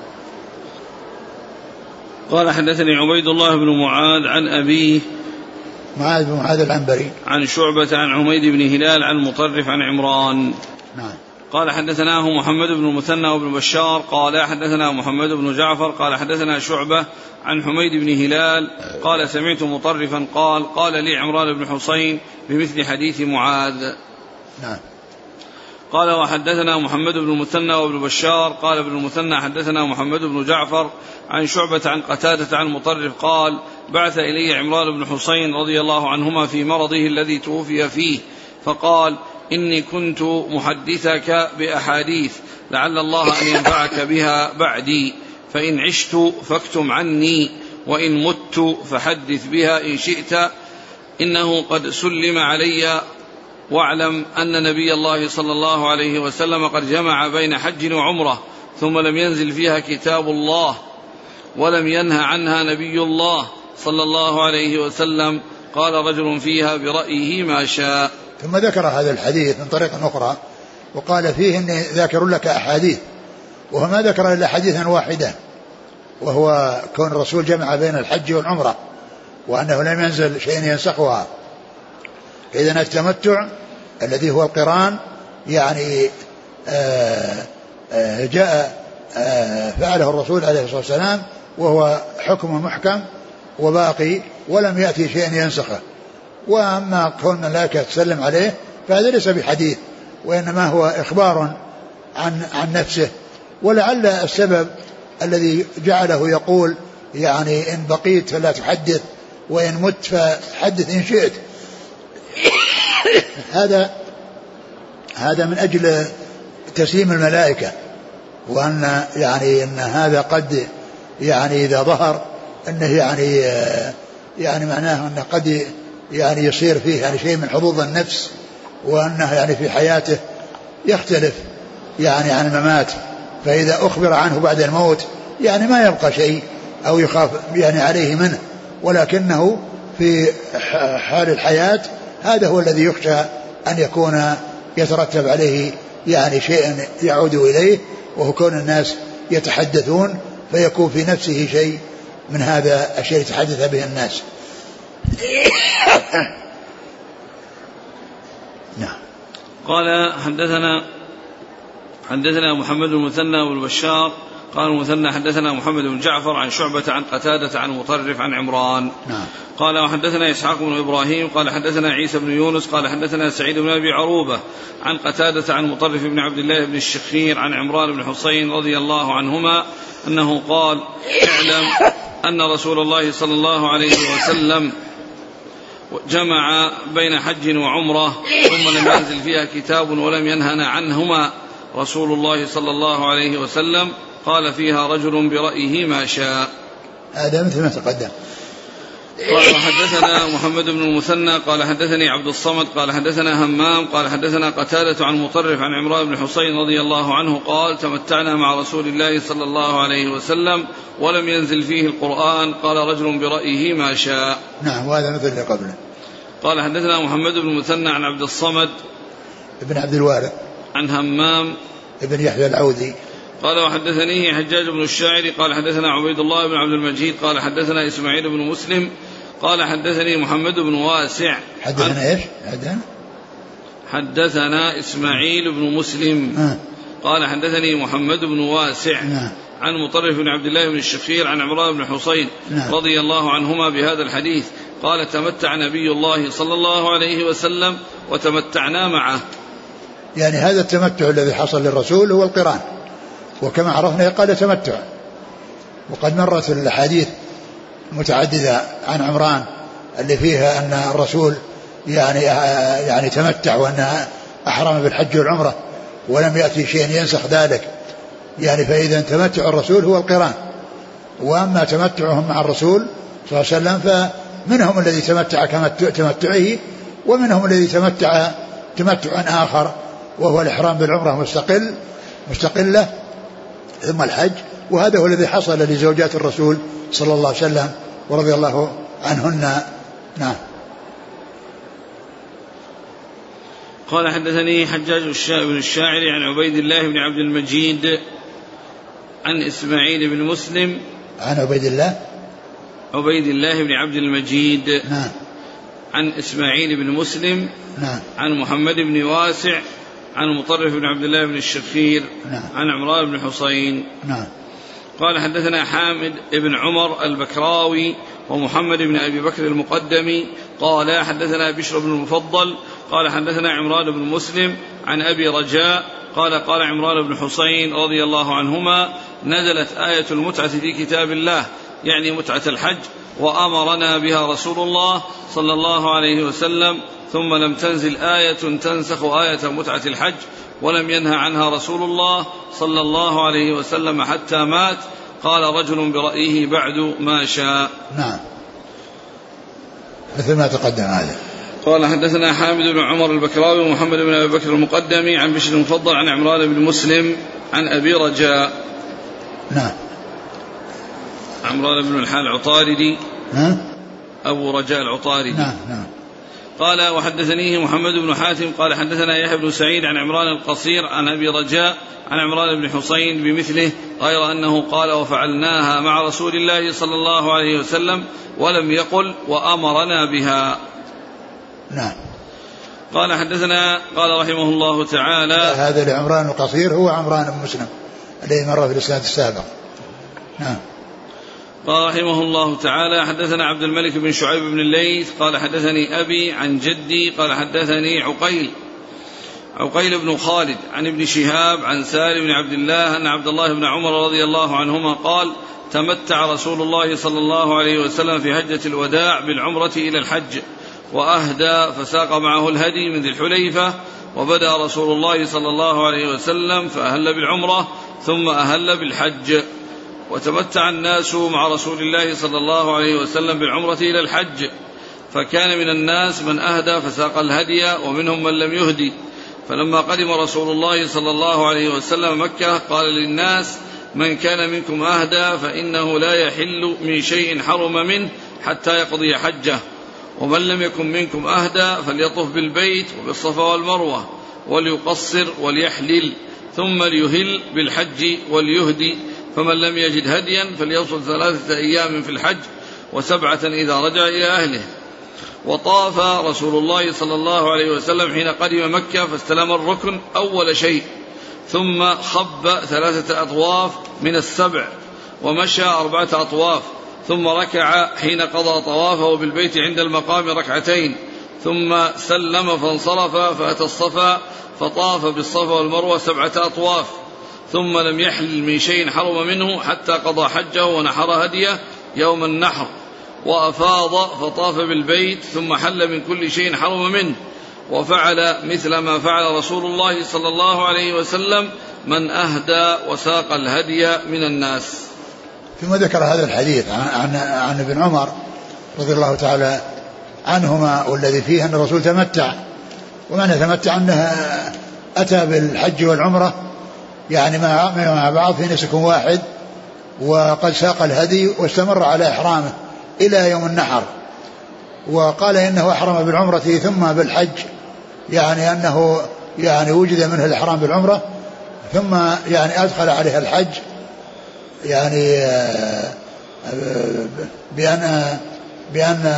قال حدثني عبيد الله بن معاذ عن أبيه معاذ بن معاذ العنبري عن شعبة عن عميد بن هلال عن مطرف عن عمران. نعم. قال حدثناه محمد بن المثنى وابن بشار قال حدثنا محمد بن جعفر قال حدثنا شعبة عن حميد بن هلال قال سمعت مطرفا قال لي عمران بن حسين بمثل حديث معاذ. نعم. قال وحدثنا محمد بن المثنى وابن بشار قال ابن المثنى حدثنا محمد بن جعفر عن شعبة عن قتادة عن مطرف قال بعث إلي عمران بن حسين رضي الله عنهما في مرضه الذي توفي فيه فقال إني كنت محدثك بأحاديث لعل الله أن ينفعك بها بعدي، فإن عشت فاكتم عني، وإن مت فحدث بها إن شئت، إنه قد سلم علي، واعلم أن نبي الله صلى الله عليه وسلم قد جمع بين حج وعمرة ثم لم ينزل فيها كتاب الله ولم ينه عنها نبي الله صلى الله عليه وسلم. قال رجل فيها برأيه ما شاء. ثم ذكر هذا الحديث من طريق أخرى وقال فيه إني ذاكر لك أحاديث، وهو ما ذكر إلا حديثا واحدة، وهو كون الرسول جمع بين الحج والعمرة وأنه لم ينزل شيء ينسخها. إذن التمتع الذي هو القران يعني جاء فعله الرسول عليه الصلاة والسلام، وهو حكم محكم وباقي ولم يأتي شيء ينسخه. وأما كون الملائكة تسلم عليه فهذا ليس بحديث، وإنما هو إخبار عن نفسه. ولعل السبب الذي جعله يقول يعني إن بقيت فلا تحدث وإن مت فحدث إن شئت هذا من أجل تسليم الملائكة، وأن يعني إن هذا قد يعني إذا ظهر أنه يعني معناه أنه قد يعني يصير فيه يعني شيء من حظوظ النفس، وأنه يعني في حياته يختلف يعني عن الممات، فإذا أخبر عنه بعد الموت يعني ما يبقى شيء أو يخاف يعني عليه منه، ولكنه في حال الحياة هذا هو الذي يخشى أن يكون يترتب عليه يعني شيء يعود إليه، وهو كون الناس يتحدثون فيكون في نفسه شيء من هذا الشيء يتحدث به الناس. نعم. قال حدثنا محمد بن المثنى والبشار قال المثنى حدثنا محمد بن جعفر عن شعبة عن قتادة عن مطرف عن عمران. نعم. قال وحدثنا إسحاق بن إبراهيم قال حدثنا عيسى بن يونس قال حدثنا سعيد بن أبي عروبة عن قتادة عن مطرف بن عبد الله بن الشخير عن عمران بن حسين رضي الله عنهما أنه قال اعلم أن رسول الله صلى الله عليه وسلم جمع بين حج وعمرة ثم لم ينزل فيها كتاب ولم ينهنا عنهما رسول الله صلى الله عليه وسلم، قال فيها رجل برأيه ما شاء. هذا مثل ما تقدم. قال حدثنا محمد بن المثنى قال حدثني عبد الصمد قال حدثنا همام قال حدثنا قتادة عن مطرف عن عمران بن حسين رضي الله عنه قال تمتعنا مع رسول الله صلى الله عليه وسلم ولم ينزل فيه القرآن، قال رجل برأيه ما شاء. نعم. وهذا مثل اللي قبله. قال حدثنا محمد بن المثنى عن عبد الصمد ابن عبد الوارث عن همام ابن يحيى العوذي قال وحدثني حجاج بن الشاعر قال حدثنا عبيد الله بن عبد المجيد قال حدثنا إسماعيل بن مسلم قال حدثني محمد بن واسع. حدثنا ايش؟ حدثنا إسماعيل بن مسلم قال حدثني محمد بن واسع عن مطرف بن عبد الله بن الشخير عن عمران بن حسين رضي الله عنهما بهذا الحديث. قال تمتع نبي الله صلى الله عليه وسلم وتمتعنا معه. يعني هذا التمتع الذي حصل للرسول هو القران، وكما عرفنا قال تمتع، وقد مرت الحديث متعددة عن عمران اللي فيها أن الرسول يعني تمتع وأن أحرم بالحج والعمرة ولم يأتي شيء ينسخ ذلك، يعني فإذا تمتع الرسول هو القران. وأما تمتعهم مع الرسول صلى الله عليه وسلم فمنهم الذي تمتع تمتعه، ومنهم الذي تمتع تمتعا آخر وهو الإحرام بالعمرة مستقلة ثم الحج، وهذا هو الذي حصل لزوجات الرسول صلى الله عليه وسلم ورضي الله عنهن. نعم. قال حدثني حجاج بن الشاعر عن عبيد الله بن عبد المجيد عن إسماعيل بن مسلم عن عبيد الله بن عبد المجيد نعم عن إسماعيل بن مسلم نعم عن محمد بن واسع عن مطرف بن عبد الله بن الشخير نعم عن عمران بن حسين نعم. قال حدثنا حامد بن عمر البكراوي ومحمد بن أبي بكر المقدمي قال حدثنا بشر بن المفضل قال حدثنا عمران بن مسلم عن أبي رجاء قال قال عمران بن حسين رضي الله عنهما نزلت آية المتعة في كتاب الله يعني متعة الحج وأمرنا بها رسول الله صلى الله عليه وسلم ثم لم تنزل آية تنسخ آية متعة الحج ولم ينهى عنها رسول الله صلى الله عليه وسلم حتى مات. قال رجل برأيه بعد ما شاء. نعم مثل ما تقدم هذا. قال حدثنا حامد بن عمر البكراوي ومحمد بن أبي بكر المقدمي عن بشر المفضل عن عمران بن مسلم عن أبي رجاء. نعم عمران بن الحال العطاردي أبو رجاء العطاردي. نعم نعم. قال وحدثنيه محمد بن حاتم قال حدثنا يحيى بن سعيد عن عمران القصير عن أبي رجاء عن عمران بن حسين بمثله غير أنه قال وفعلناها مع رسول الله صلى الله عليه وسلم ولم يقل وأمرنا بها. نعم. قال حدثنا قال رحمه الله تعالى هذا لعمران القصير هو عمران بن مسلم الذي مر في الإسناد السابق. نعم. قال رحمه الله تعالى حدثنا عبد الملك بن شعيب بن الليث قال حدثني أبي عن جدي قال حدثني عقيل بن خالد عن ابن شهاب عن سالم بن عبد الله أن عبد الله بن عمر رضي الله عنهما قال تمتع رسول الله صلى الله عليه وسلم في حجة الوداع بالعمرة إلى الحج وأهدى فساق معه الهدي من ذي الحليفة وبدأ رسول الله صلى الله عليه وسلم فأهل بالعمرة ثم أهل بالحج وتمتع الناس مع رسول الله صلى الله عليه وسلم بالعمرة إلى الحج فكان من الناس من أهدى فساق الهدي ومنهم من لم يهدي. فلما قدم رسول الله صلى الله عليه وسلم مكة قال للناس من كان منكم أهدى فإنه لا يحل من شيء حرم منه حتى يقضي حجه ومن لم يكن منكم أهدى فليطف بالبيت وبالصفا والمروة وليقصر وليحلل ثم ليهل بالحج وليهدي فمن لم يجد هديا فليصل 3 أيام في الحج و7 إذا رجع إلى أهله. وطاف رسول الله صلى الله عليه وسلم حين قدم مكة فاستلم الركن أول شيء ثم خب 3 أطواف من 7 ومشى 4 أطواف ثم ركع حين قضى طوافه بالبيت عند المقام 2 ثم سلم فانصرف فأتى الصفا فطاف بالصفا والمروة 7 أطواف ثم لم يحل من شيء حرم منه حتى قضى حجه ونحر هديه يوم النحر وأفاض فطاف بالبيت ثم حل من كل شيء حرم منه وفعل مثل ما فعل رسول الله صلى الله عليه وسلم من أهدى وساق الهدي من الناس. ثم ذكر هذا الحديث عن ابن عمر رضي الله تعالى عنهما والذي فيه أن الرسول تمتع ومعنى تمتع أنه أتى بالحج والعمرة يعني مع بعض في نسك واحد وقد ساق الهدي واستمر على إحرامه إلى يوم النحر وقال إنه أحرم بالعمرة ثم بالحج يعني أنه يعني وجد منه الإحرام بالعمرة ثم يعني أدخل عليها الحج يعني بأن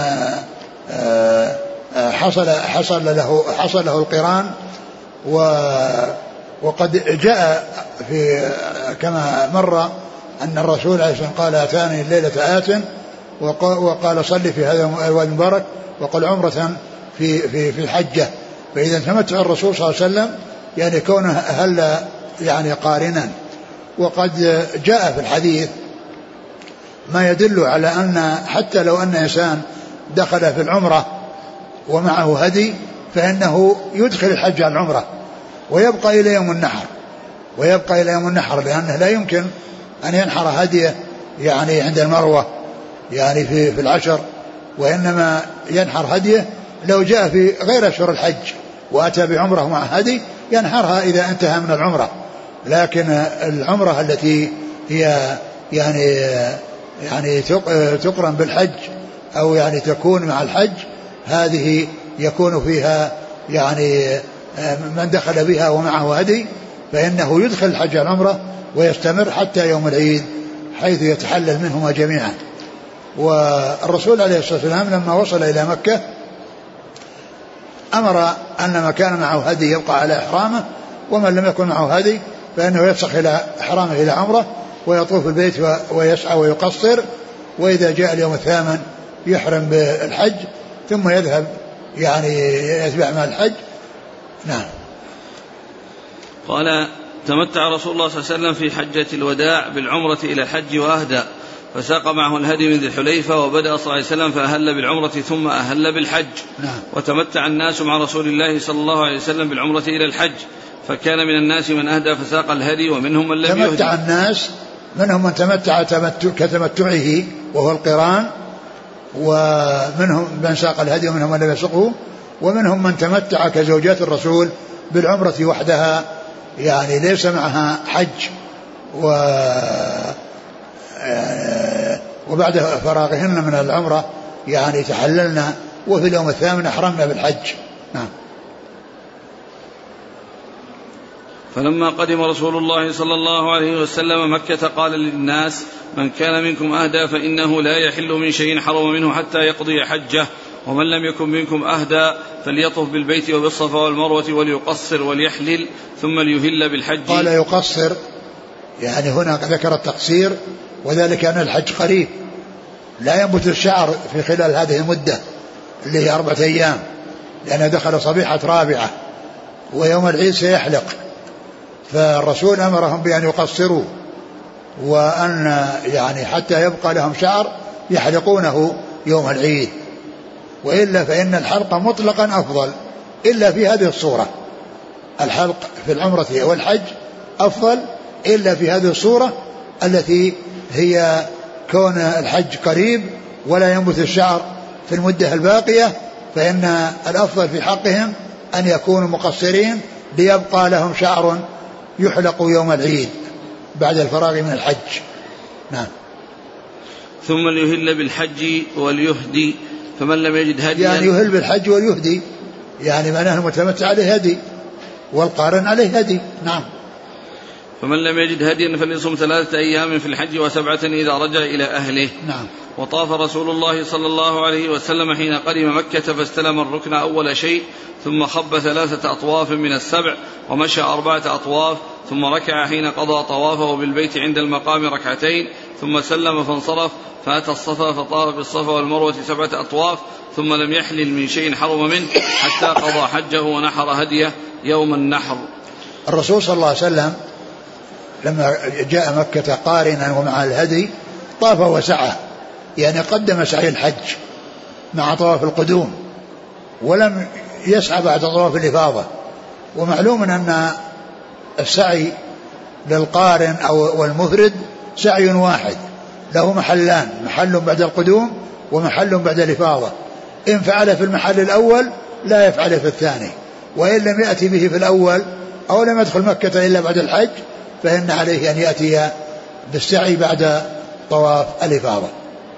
حصل له القران وقد جاء في كما مر أن الرسول عليه الصلاة والسلام قال أتاني الليلة آت وقال صلي في هذا الوادي المبارك وقل عمرة في الحجة. فإذا تمتع الرسول صلى الله عليه وسلم يعني كونه أهل يعني قارنا. وقد جاء في الحديث ما يدل على أن حتى لو أن إنسان دخل في العمرة ومعه هدي فإنه يدخل الحج على العمرة ويبقى إلى يوم النحر لأنه لا يمكن أن ينحر هديه يعني عند المروة يعني في العشر وإنما ينحر هديه لو جاء في غير أشهر الحج وأتى بعمره مع هدي ينحرها إذا انتهى من العمرة. لكن العمرة التي هي يعني تقرن بالحج أو يعني تكون مع الحج هذه يكون فيها يعني من دخل بها ومعه هدي فإنه يدخل الحج والعمرة ويستمر حتى يوم العيد حيث يتحلل منهما جميعا. والرسول عليه الصلاة والسلام لما وصل إلى مكة أمر أن من كان معه هدي يبقى على إحرامه، ومن لم يكن معه هدي فإنه يفسخ إلى إحرامه إلى عمرة ويطوف البيت ويسعى ويقصر، وإذا جاء اليوم الثامن يحرم بالحج ثم يذهب يعني يتبع مع الحج. نعم. قال تمتع رسول الله صلى الله عليه وسلم في حجة الوداع بالعمرة إلى الحج وأهدى، فساق معه الهدي من ذي الحليفة، وبدأ صلى الله عليه وسلم فأهل بالعمرة ثم أهل بالحج. نعم. وتمتع الناس مع رسول الله صلى الله عليه وسلم بالعمرة إلى الحج، فكان من الناس من أهدى فساق الهدي ومنهم من لم يهدي. تمتع الناس منهم من تمتع كتمتعه وهو القران، ومنهم من ساق الهدي ومنهم من لم يسقه، ومنهم من تمتع كزوجات الرسول بالعمرة وحدها يعني ليس معها حج، وبعد فراغهن من العمرة يعني تحللنا وفي اليوم الثامن أحرمنا بالحج. نعم. فلما قدم رسول الله صلى الله عليه وسلم مكة قال للناس من كان منكم أهدى فإنه لا يحل من شيء حرم منه حتى يقضي حجه، ومن لم يكن منكم أهدى فليطف بالبيت وبالصفا والمروة وليقصر وليحلل ثم ليهل بالحج. قال يقصر يعني هنا ذكر التقصير، وذلك أن الحج قريب لا ينبت الشعر في خلال هذه المدة اللي هي 4 أيام، لأنه دخل صبيحة رابعة ويوم العيد سيحلق، فالرسول أمرهم بأن يقصروا وأن يعني حتى يبقى لهم شعر يحلقونه يوم العيد، وإلا فإن الحلق مطلقا أفضل إلا في هذه الصورة. الحلق في العمرة والحج أفضل إلا في هذه الصورة التي هي كون الحج قريب ولا ينبت الشعر في المدة الباقية، فإن الأفضل في حقهم أن يكونوا مقصرين ليبقى لهم شعر يحلق يوم العيد بعد الفراغ من الحج. نعم. ثم ليهل بالحج وليهدي، فمن لم يجد هديا يعني يهل بالحج وليهدي يعني معناه المتمتع عليه هدي والقارن عليه هدي. نعم. فمن لم يجد هديا فليصم 3 أيام في الحج و7 إذا رجع إلى أهله. نعم. وطاف رسول الله صلى الله عليه وسلم حين قدم مكة فاستلم الركن أول شيء، ثم خب 3 أطواف من ال7 ومشى 4 أطواف، ثم ركع حين قضى طوافه بالبيت عند المقام 2 ركعتين، ثم سلم فانصرف فأتى الصفا فطاف بالصفا والمروة 7 أطواف، ثم لم يحلل من شيء حرم منه حتى قضى حجه ونحر هديه يوم النحر. الرسول صلى الله عليه وسلم لما جاء مكة قارنا ومع الهدي طاف وسعى، يعني قدم سعي الحج مع طواف القدوم ولم يسعى بعد طواف الإفاضة. ومعلوم أن السعي للقارن أو والمفرد سعي واحد له محلان، محل بعد القدوم ومحل بعد الإفاضة، إن فعل في المحل الأول لا يفعل في الثاني، وإن لم يأتي به في الأول أو لم يدخل مكة إلا بعد الحج فإن عليه أن يأتي بالسعي بعد طواف الإفاضة.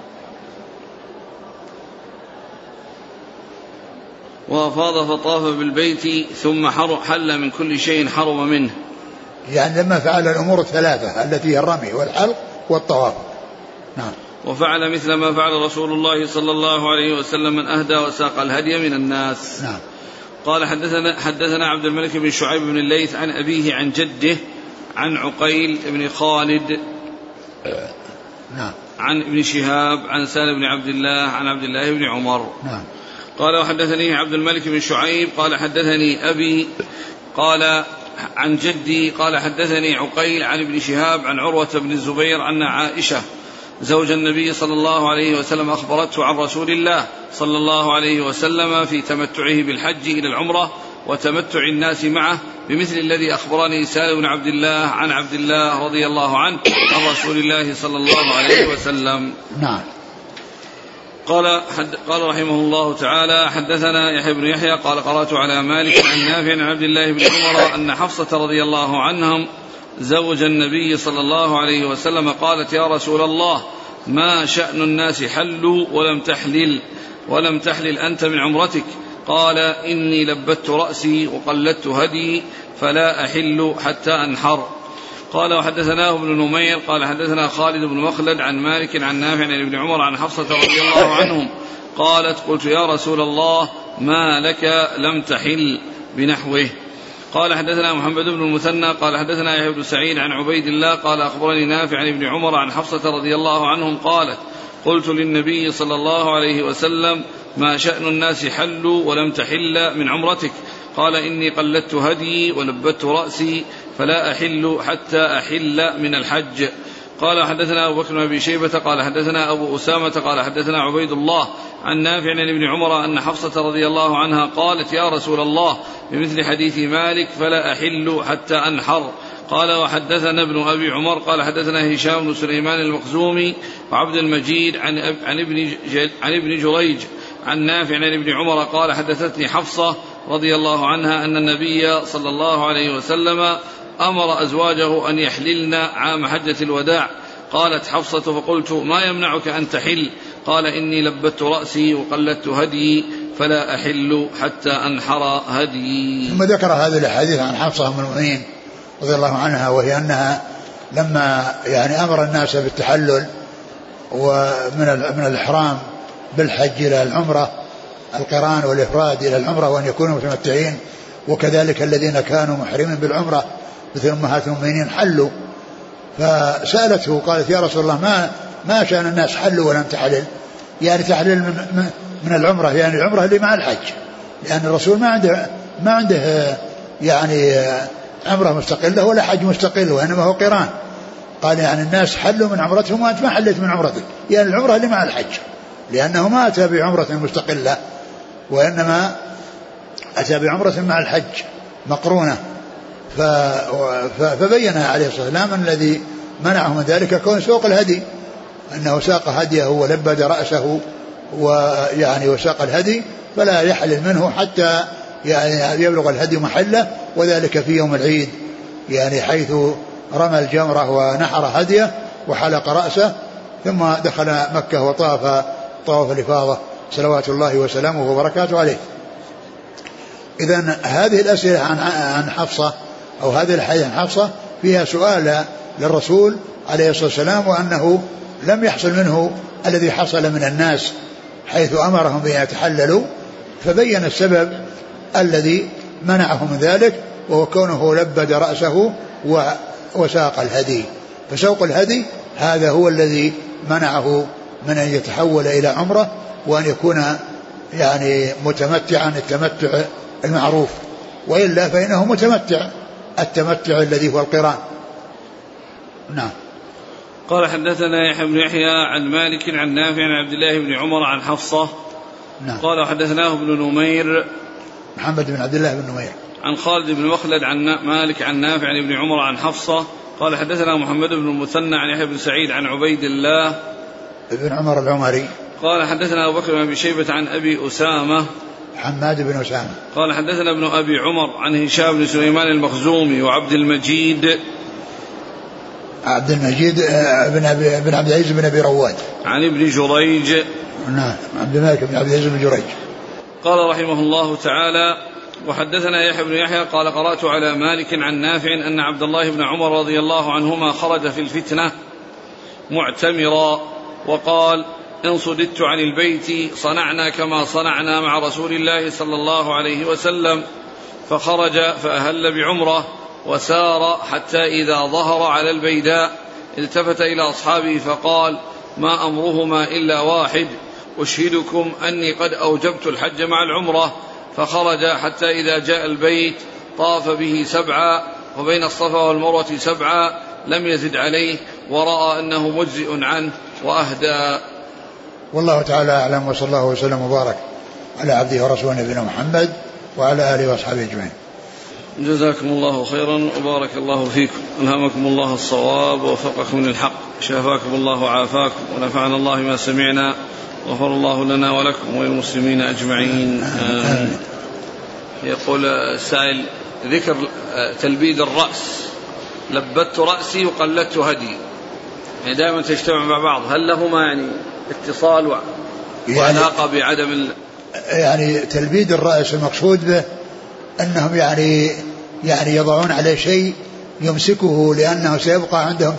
وأفاض فطاف بالبيت ثم حل من كل شيء حرم منه، يعني لما فعل الأمور 3 التي هي الرمي والحلق والطواف. نعم. وفعل مثل ما فعل رسول الله صلى الله عليه وسلم من أهدى وساق الهدي من الناس. نعم. قال حدثنا عبد الملك بن شعيب بن الليث عن أبيه عن جده عن عقيل بن خالد نعم. عن ابن شهاب عن سالم بن عبد الله عن عبد الله بن عمر. نعم. قال وحدثني عبد الملك بن شعيب قال حدثني أبي قال عن جدي قال حدثني عقيل عن ابن شهاب عن عروة بن الزبير أن عائشة زوج النبي صلى الله عليه وسلم أخبرته عن رسول الله صلى الله عليه وسلم في تمتعه بالحج إلى العمرة وتمتع الناس معه بمثل الذي أخبرني سالم بن عبد الله عن عبد الله رضي الله عنه عن رسول الله صلى الله عليه وسلم. نعم. قال رحمه الله تعالى حدثنا يحيى بن يحيى قال قرأت على مالك عن نافع عن عبد الله بن عمر أن حفصة رضي الله عنهم زوج النبي صلى الله عليه وسلم قالت يا رسول الله ما شأن الناس حلوا ولم تحلل أنت من عمرتك؟ قال إني لبت رأسي وقلدت هدي فلا أحل حتى أنحر. قال وحدثناه ابن نمير قال حدثنا خالد بن مخلد عن مالك عن نافع عن ابن عمر عن حفصة رضي الله عنهم قالت قلت يا رسول الله ما لك لم تحل بنحوه. قال حدثنا محمد بن المثنى قال حدثنا يحيى بن سعيد عن عبيد الله قال أخبرني نافع عن ابن عمر عن حفصة رضي الله عنهم قالت قلت للنبي صلى الله عليه وسلم ما شأن الناس حلوا ولم تحل من عمرتك؟ قال إني قلدت هدي ولبت رأسي فلا أحل حتى أحل من الحج. قال حدثنا أبو بكر بن أبي شيبة قال حدثنا أبو أسامة قال حدثنا عبيد الله عن نافع عن ابن عمر أن حفصة رضي الله عنها قالت يا رسول الله بمثل حديث مالك فلا أحل حتى أنحر. قال وحدثنا ابن أبي عمر قال حدثنا هشام بن سليمان المخزومي وعبد المجيد عن ابن جريج عن نافع عن ابن عمر قال حدثتني حفصة رضي الله عنها أن النبي صلى الله عليه وسلم أمر أزواجه أن يحللن عام حجة الوداع. قالت حفصة فقلت ما يمنعك أن تحل؟ قال إني لبت رأسي وقلدت هدي فلا أحل حتى أنحر هدي. ثم ذكر هذه الحديث عن حفصة أم المؤمنين رضي الله عنها وهي أنها لما أمر الناس بالتحلل ومن الإحرام بالحج إلى العمرة القران والإفراد إلى العمرة وأن يكونوا متمتعين وكذلك الذين كانوا محرمين بالعمرة مثل أمهات المؤمنين حلوا فسألته قالت يا رسول الله ما شأن الناس حلوا ولم تحلل؟ تحلل من العمرة العمرة اللي مع الحج لأن الرسول ما عنده عمرة مستقلة ولا حج مستقل وإنما هو قران. قال الناس حلوا من عمرتهم وأنت ما حليت من عمرتك العمرة اللي مع الحج لأنه ما أتى بعمرة مستقلة وإنما أتى بعمرة مع الحج مقرونة. فبين عليه الصلاة والسلام أن الذي منعه من ذلك كون سوق الهدي أنه ساق هديه ولبد رأسه وساق الهدي فلا يحلل منه حتى يبلغ الهدي محله وذلك في يوم العيد حيث رمى الجمرة ونحر هديه وحلق رأسه ثم دخل مكة وطاف طواف الإفاضة صلوات الله وسلامه وبركاته عليه. إذن هذه الأسئلة عن حفصة أو هذه الحديث عن حفصة فيها سؤال للرسول عليه الصلاة والسلام وأنه لم يحصل منه الذي حصل من الناس حيث أمرهم بأن يتحللوا فبين السبب الذي منعه من ذلك وهو كونه لبد رأسه وساق الهدي. فسوق الهدي هذا هو الذي منعه من أن يتحول إلى عمرة وأن يكون متمتعا التمتع المعروف وإلا فإنه متمتع التمتع الذي هو القران. نعم. قال حدثنا يحيى بن يحيى عن مالك عن نافع عن عبد الله بن عمر عن حفصة. نعم. قال حدثناه ابن نمير محمد بن عبد الله بن نمير عن خالد بن مخلد عن مالك عن نافع عن ابن عمر عن حفصة. قال حدثنا محمد بن المثنى عن يحيى بن سعيد عن عبيد الله بن عمر العمري. قال حدثنا أبو بكر بن أبي شيبة عن أبي أسامة حماد بن أسامة. قال حدثنا ابن أبي عمر عن هشام بن سليمان المخزومي وعبد المجيد بن عبد العزيز بن أبي رواد عن ابن جريج. نعم. عبد الملك بن عبد العزيز بن جريج. قال رحمه الله تعالى وحدثنا يحيى بن يحيى قال قرأت على مالك عن نافع أن عبد الله بن عمر رضي الله عنهما خرج في الفتنة معتمرا وقال إن صددت عن البيت صنعنا كما صنعنا مع رسول الله صلى الله عليه وسلم فخرج فأهل بعمرة وسار حتى إذا ظهر على البيداء التفت إلى أصحابه فقال ما أمرهما إلا واحد أشهدكم أني قد أوجبت الحج مع العمرة. فخرج حتى إذا جاء البيت طاف به 7 وبين الصفا والمروة 7 لم يزد عليه ورأى أنه مجزئ عنه وأهدى. والله تعالى أعلم وصلى الله وسلم وبارك على عبده ورسوله نبينا محمد وعلى آله وأصحابه أجمعين. جزاكم الله خيرا وبارك الله فيكم. ألهمكم الله الصواب ووفقكم للحق شافاكم الله وعافاكم ونفعنا الله ما سمعنا غفر الله لنا ولكم وللمسلمين أجمعين. يقول السائل ذكر تلبيد الرأس لبت رأسي وقلدت هدي دائما تجتمع مع بعض هل لهما اتصال وعلاقة بعدم يعني تلبيد الرأس المقصود به أنهم يعني يضعون عليه شيء يمسكه، لأنه سيبقى عندهم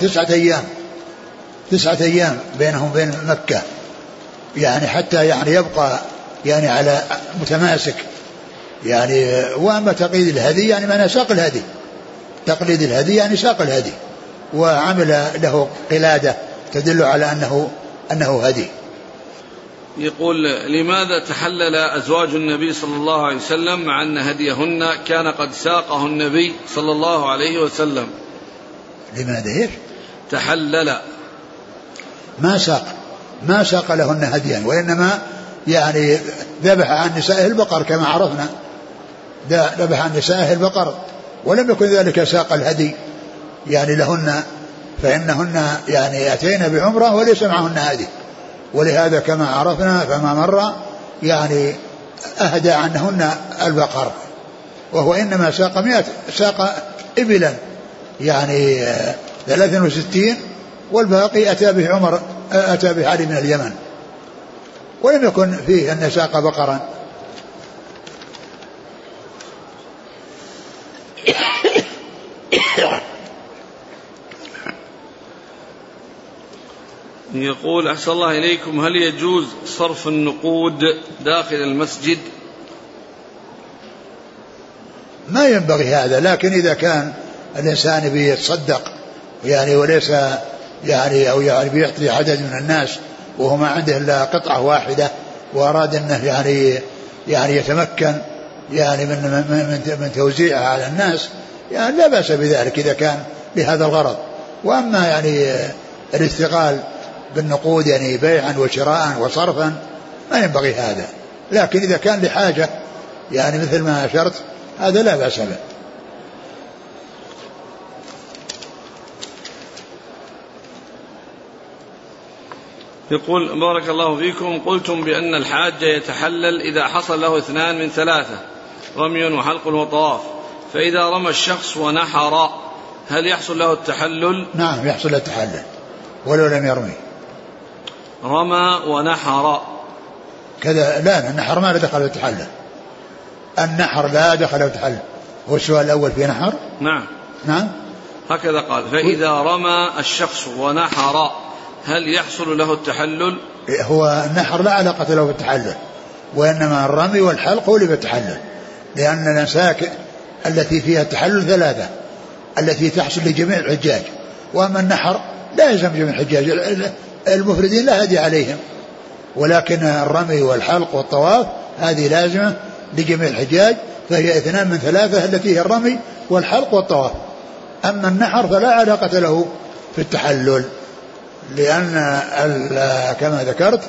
9 أيام بينهم وبين مكة، يعني حتى يعني يبقى يعني على متماسك يعني. وأما تقليد الهدي يعني معنى ساق الهدي، تقليد الهدي يعني ساق الهدي، وعمل له قلادة تدل على أنه هدي. يقول: لماذا تحلل أزواج النبي صلى الله عليه وسلم مع أن هديهن كان قد ساقه النبي صلى الله عليه وسلم؟ لماذا إيش؟ تحلل، ما ساق لهن هديا، وإنما يعني ذبح عن نسائه البقر كما عرفنا، ذبح عن نسائه البقر، ولم يكن ذلك ساق الهدي يعني لهن، فإنهن يعني أتينا بعمرة وليس معهن هدي، ولهذا كما عرفنا فما مر يعني أهدى عنهن البقر، وهو إنما ساق إبلا يعني 63، والباقي أتى به علي من اليمن، ولم يكن فيه أن ساق بقرا. يقول: أحسن الله إليكم، هل يجوز صرف النقود داخل المسجد؟ ما ينبغي هذا، لكن إذا كان الإنسان بيتصدق يعني وليس يعني أو يعني بيعطي عدد من الناس وهو ما عنده إلا قطعة واحدة، وأراد أنه يعني يتمكن يعني من توزيعها على الناس، يعني لا بأس بذلك إذا كان لهذا الغرض. وأما يعني الاستقال بالنقود يعني بيعا وشراء وصرفا ما ينبغي هذا، لكن إذا كان لحاجة يعني مثل ما أشرت هذا لا بأس به. يقول: بارك الله فيكم، قلتم بأن الحاج يتحلل إذا حصل له 2 من 3، رمي وحلق وطواف، فإذا رمى الشخص ونحر هل يحصل له التحلل؟ نعم يحصل له التحلل ولو لم يرمي. رمى ونحر كذا لا، النحر ما له دخل التحلل، النحر لا دخل التحلل. هو السؤال الأول في نحر؟ نعم هكذا قال: فإذا رمى الشخص ونحر هل يحصل له التحلل؟ هو النحر لا علاقة له بالتحلل، وإنما الرمي والحلق هو اللي بالتحلل، لأن الأنساك التي فيها التحلل 3 التي تحصل لجميع الحجاج، وأما النحر لا يلزم جميع الحجاج، المفردين لا هدي عليهم، ولكن الرمي والحلق والطواف هذه لازمة لجميع الحجاج، فهي 2 من 3 التي هي الرمي والحلق والطواف. أما النحر فلا علاقة له في التحلل، لأن كما ذكرت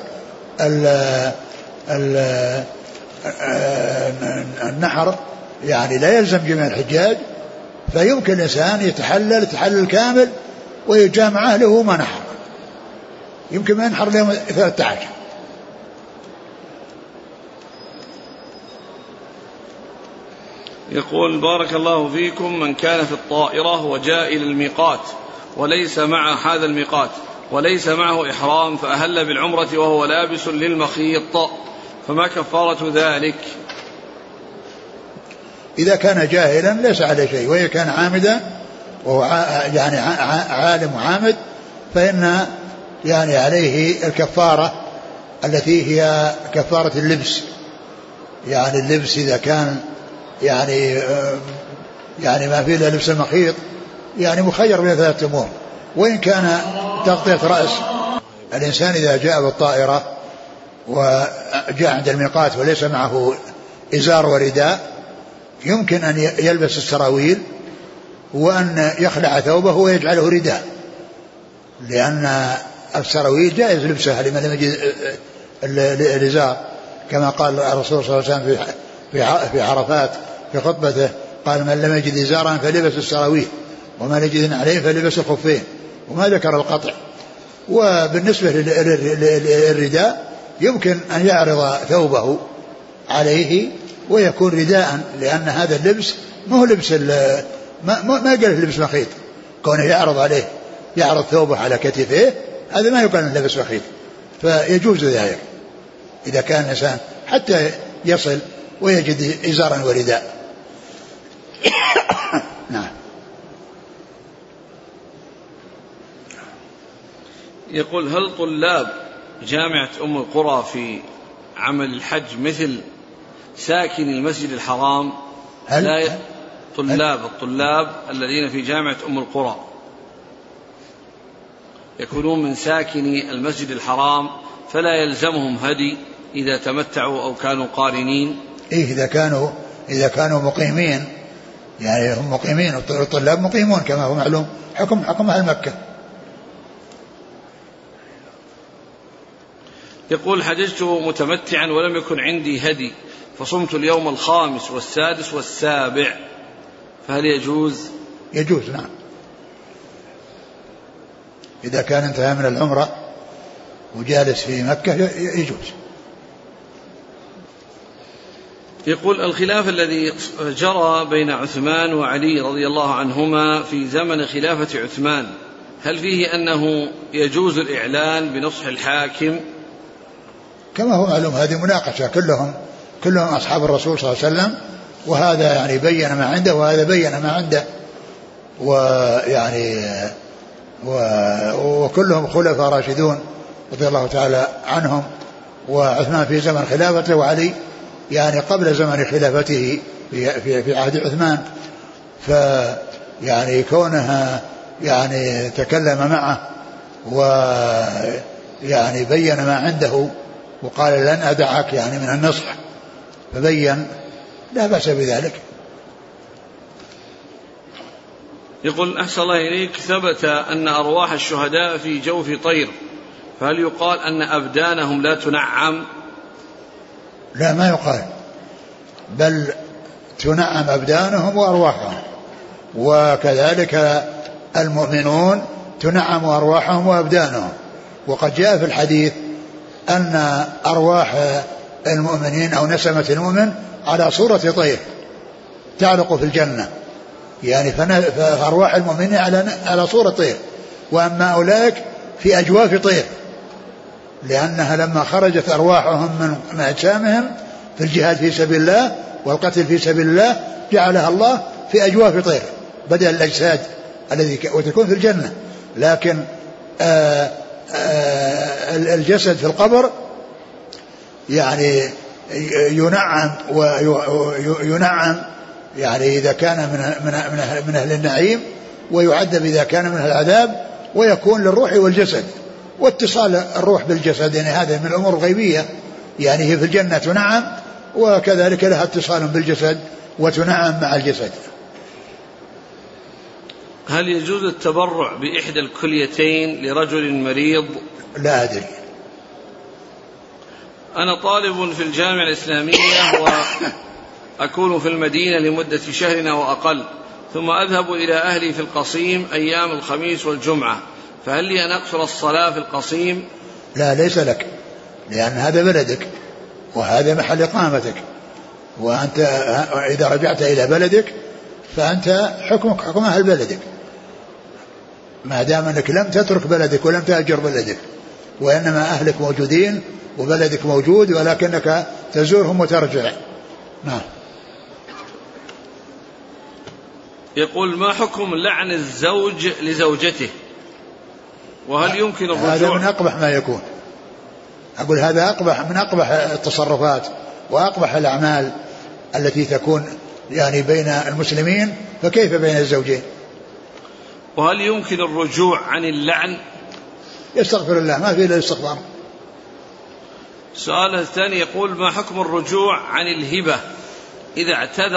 النحر يعني لا يلزم جميع الحجاج، فيمكن الإنسان يتحلل تحلل كامل ويجامع أهله ما نحر، يمكن ما ينحر اليوم 13. يقول: بارك الله فيكم، من كان في الطائرة وجاء إلى الميقات وليس مع هذا الميقات وليس معه إحرام، فأهل بالعمرة وهو لابس للمخيط، فما كفارة ذلك؟ إذا كان جاهلا ليس عليه شيء، وإذا كان عامدا وهو يعني عالم وعامد فإن يعني عليه الكفارة التي هي كفارة اللبس. يعني اللبس إذا كان يعني ما فيه إلا لبس المخيط يعني مخير بين 3 أمور. وإن كان تغطية رأس، الإنسان إذا جاء بالطائرة وجاء عند الميقات وليس معه إزار ورداء يمكن أن يلبس السراويل وأن يخلع ثوبه ويجعله رداء، لأن السراويل جائز لبسها لمن لم يجد الإزار، كما قال الرسول صلى الله عليه وسلم في عرفات في خطبته، قال: من لم يجد إزارا فلبس السراويل، وما يجد عليه فلبس الخفين، وما ذكر القطع. وبالنسبة للرداء يمكن أن يعرض ثوبه عليه ويكون رداء، لأن هذا اللبس ما هو لبس ما قال لبس مخيط، كونه يعرض عليه يعرض ثوبه على كتفيه، هذا ما يقال لبس مخيط، فيجوز ذلك إذا كان الإنسان حتى يصل ويجد إزارا ورداء. نعم. يقول هل طلاب جامعة أم القرى في عمل الحج مثل ساكن المسجد الحرام؟ الطلاب الذين في جامعة أم القرى يكونون من ساكني المسجد الحرام فلا يلزمهم هدي إذا تمتعوا أو كانوا قارنين؟ إذا كانوا مقيمين، يعني هم مقيمين، الطلاب مقيمون كما هو معلوم، حكم أهل مكة. يقول حججت متمتعا ولم يكن عندي هدي فصمت اليوم الخامس والسادس والسابع، فهل يجوز؟ يجوز، نعم، إذا كان انتهى من العمرة وجالس في مكة يجوز. يقول الخلاف الذي جرى بين عثمان وعلي رضي الله عنهما في زمن خلافة عثمان، هل فيه أنه يجوز الإعلان بنصح الحاكم؟ كما هو معلوم هذه مناقشة، كلهم أصحاب الرسول صلى الله عليه وسلم، وهذا يعني بين ما عنده وهذا بين ما عنده، ويعني وكلهم خلفاء راشدون رضي الله تعالى عنهم، وعثمان في زمن خلافته وعلي يعني قبل زمن خلافته في عهد عثمان، فيعني كونها يعني تكلم معه ويعني بين ما عنده وقال لن أدعك يعني من النصح، فبين، لا بأس بذلك. يقول أحسن الله إليك، ثبت أن أرواح الشهداء في جوف طير، فهل يقال أن أبدانهم لا تنعم؟ لا، ما يقال، بل تنعم أبدانهم وأرواحهم، وكذلك المؤمنون تنعم أرواحهم وأبدانهم. وقد جاء في الحديث أن أرواح المؤمنين أو نسمة المؤمن على صورة طير تعلق في الجنة، يعني فأرواح المؤمنين على صورة طير، وأما أولئك في أجواف طير، لأنها لما خرجت أرواحهم من أجسامهم في الجهاد في سبيل الله والقتل في سبيل الله جعلها الله في أجواف طير بدل الأجساد الذي وتكون في الجنة. لكن الجسد في القبر يعني ينعم يعني إذا كان من أهل النعيم، ويعذب إذا كان من أهل العذاب، ويكون للروح والجسد واتصال الروح بالجسد، يعني هذا من الأمور الغيبية، يعني هي في الجنة تنعم وكذلك لها اتصال بالجسد وتنعم مع الجسد. هل يجوز التبرع بإحدى الكليتين لرجل مريض؟ لا أدري. أنا طالب في الجامعة الإسلامية وأكون في المدينة لمدة شهر أو أقل، ثم أذهب إلى أهلي في القصيم أيام الخميس والجمعة، فهل لي أن أقصر الصلاة في القصيم؟ لا، ليس لك، لأن هذا بلدك وهذا محل إقامتك، وأنت إذا رجعت إلى بلدك فأنت حكمك حكم أهل بلدك، ما دام أنك لم تترك بلدك ولم تهجر بلدك، وإنما أهلك موجودين وبلدك موجود، ولكنك تزورهم وترجع. نعم. يقول ما حكم لعن الزوج لزوجته، وهل يمكن الرجوع؟ هذا من أقبح ما يكون، أقول هذا من أقبح التصرفات وأقبح الأعمال التي تكون يعني بين المسلمين، فكيف بين الزوجين؟ وهل يمكن الرجوع عن اللعن؟ يستغفر الله، ما في إلا الاستغفار. السؤال الثاني يقول ما حكم الرجوع عن الهبة إذا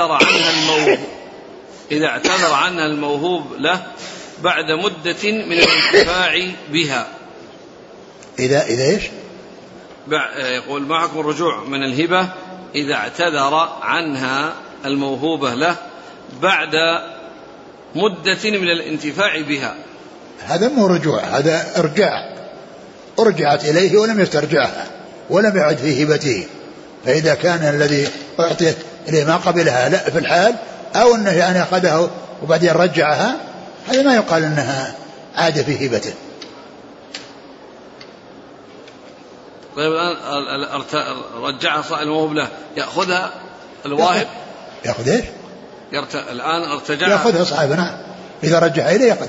اعتذر عنها الموهوب له بعد مدة من الانتفاع بها؟ إذا إيش؟ يقول ما حكم الرجوع من الهبة إذا اعتذر عنها الموهوبة له بعد مدة من الانتفاع بها؟ هذا مو رجوع، هذا أرجعت إليه ولم يسترجعها ولم يعد في هبته، فإذا كان الذي أعطيت إليه ما قبلها لا في الحال، أو أنه يعني أخذه وبعدين رجعها، هذا ما يقال أنها عاد في هبته. طيب الآن رجعها صائل الموهوب له يأخذها الواهب؟ يأخذ إيش؟ الآن ارتجعها يأخذها صاحبه، نعم، إذا رجع إليه يأخذ.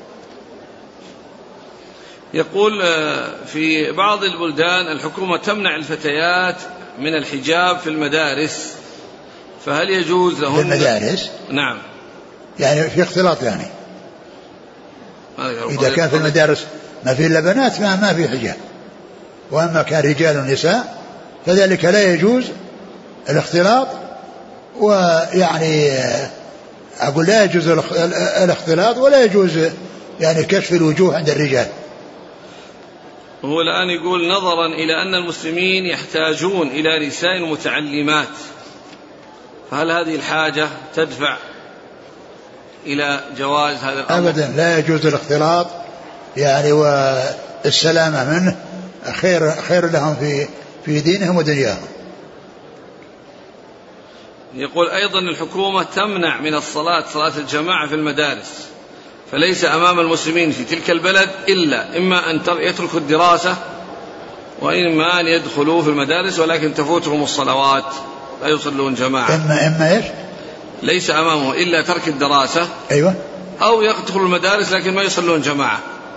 يقول في بعض البلدان الحكومة تمنع الفتيات من الحجاب في المدارس، فهل يجوز لهن؟ في المدارس؟ نعم. يعني في اختلاط يعني. إذا كان في المدارس ما في إلا بنات ما في حجاب، وأما كان رجال ونساء فذلك لا يجوز الاختلاط. ويعني أقول لا يجوز الاختلاط ولا يجوز يعني كشف الوجوه عند الرجال. هو الآن يقول نظرا إلى أن المسلمين يحتاجون إلى نساء متعلمات، فهل هذه الحاجة تدفع إلى جواز هذا الأمر؟ أبدا لا يجوز الاختلاط يعني، والسلامة منه خير لهم في دينهم ودنياهم. يقول أيضا الحكومة تمنع من صلاة الجماعة في المدارس، فليس أمام المسلمين في تلك البلد إلا إما أن يتركوا الدراسة وإما أن يدخلوا في المدارس ولكن تفوتهم الصلوات لا يصلون جماعة. إما إيش؟ ليس أمامه إلا ترك الدراسة. أيوة. أو يدخلوا المدارس لكن ما يصلون جماعة.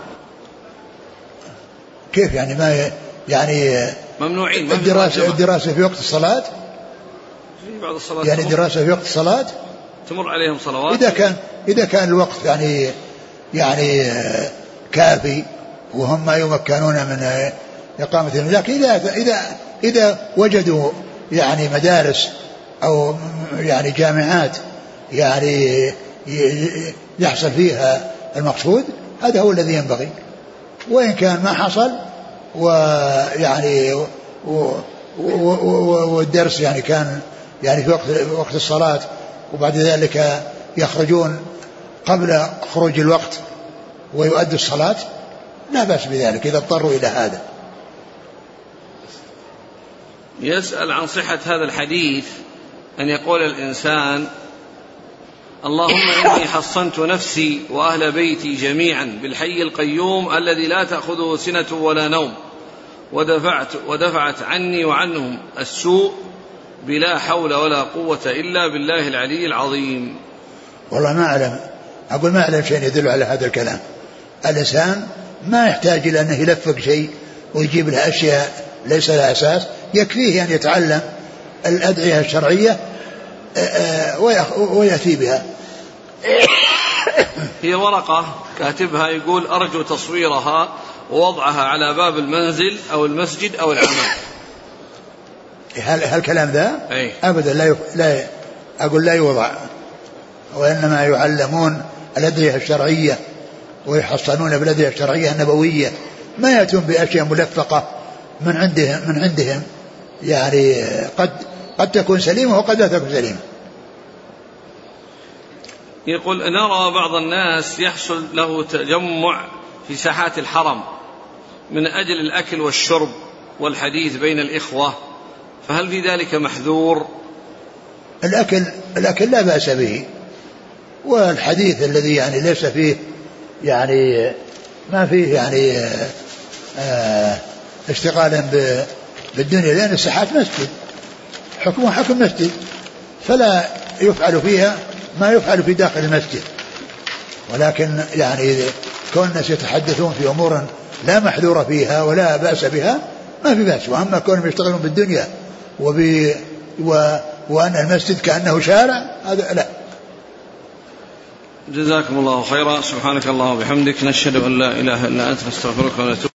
كيف يعني؟ ما يعني ممنوعين. الدراسة في وقت الصلاة؟ في بعض الصلاة يعني الدراسة في وقت الصلاة تمر عليهم صلوات إذا كان الوقت يعني كافي وهم ما يمكنون من إقامة. لكن إذا وجدوا يعني مدارس أو يعني جامعات يعني يحصل فيها المقصود، هذا هو الذي ينبغي. وإن كان ما حصل ويعني والدرس يعني كان يعني في وقت الصلاة وبعد ذلك يخرجون قبل خروج الوقت ويؤدوا الصلاة، لا بأس بذلك إذا اضطروا إلى هذا. يسأل عن صحة هذا الحديث أن يقول الإنسان اللهم إني حصنت نفسي وأهل بيتي جميعا بالحي القيوم الذي لا تأخذه سنة ولا نوم ودفعت عني وعنهم السوء بلا حول ولا قوة إلا بالله العلي العظيم. والله ما أعلم، أقول ما أعلم شيء يدل على هذا الكلام. الإنسان ما يحتاج إلى أنه يلفق شيء ويجيب له أشياء ليس لها أساس، يكفيه أن يتعلم الأدعية الشرعية ويأتي بها. هي ورقة كاتبها يقول أرجو تصويرها ووضعها على باب المنزل أو المسجد أو العمل. هل الكلام ذا؟ أي. أبدا لا أقول لا يوضع، وإنما يعلمون الأدعية الشرعية ويحصنون بالأدعية الشرعية النبوية، ما يأتون بأشياء ملفقة من عندهم يعني قد تكون سليمة وقد لا تكون سليمة. يقول نرى بعض الناس يحصل له تجمع في ساحات الحرم من أجل الأكل والشرب والحديث بين الإخوة، فهل في ذلك محذور؟ الأكل لا بأس به، والحديث الذي يعني ليس فيه يعني ما فيه يعني اشتغالا بالدنيا، لأن الساحات مسجد حكمه حكم مسجد، فلا يفعل فيها ما يفعل في داخل المسجد. ولكن يعني كون الناس يتحدثون في أمور لا محذور فيها ولا بأس بها ما في بأس. وأما كونهم يشتغلون بالدنيا وأن المسجد كأنه شارع، هذا لا. جزاكم الله خيرا. سبحانك اللهم وبحمدك، نشهد أن لا إله إلا أنت، نستغفرك ونتوب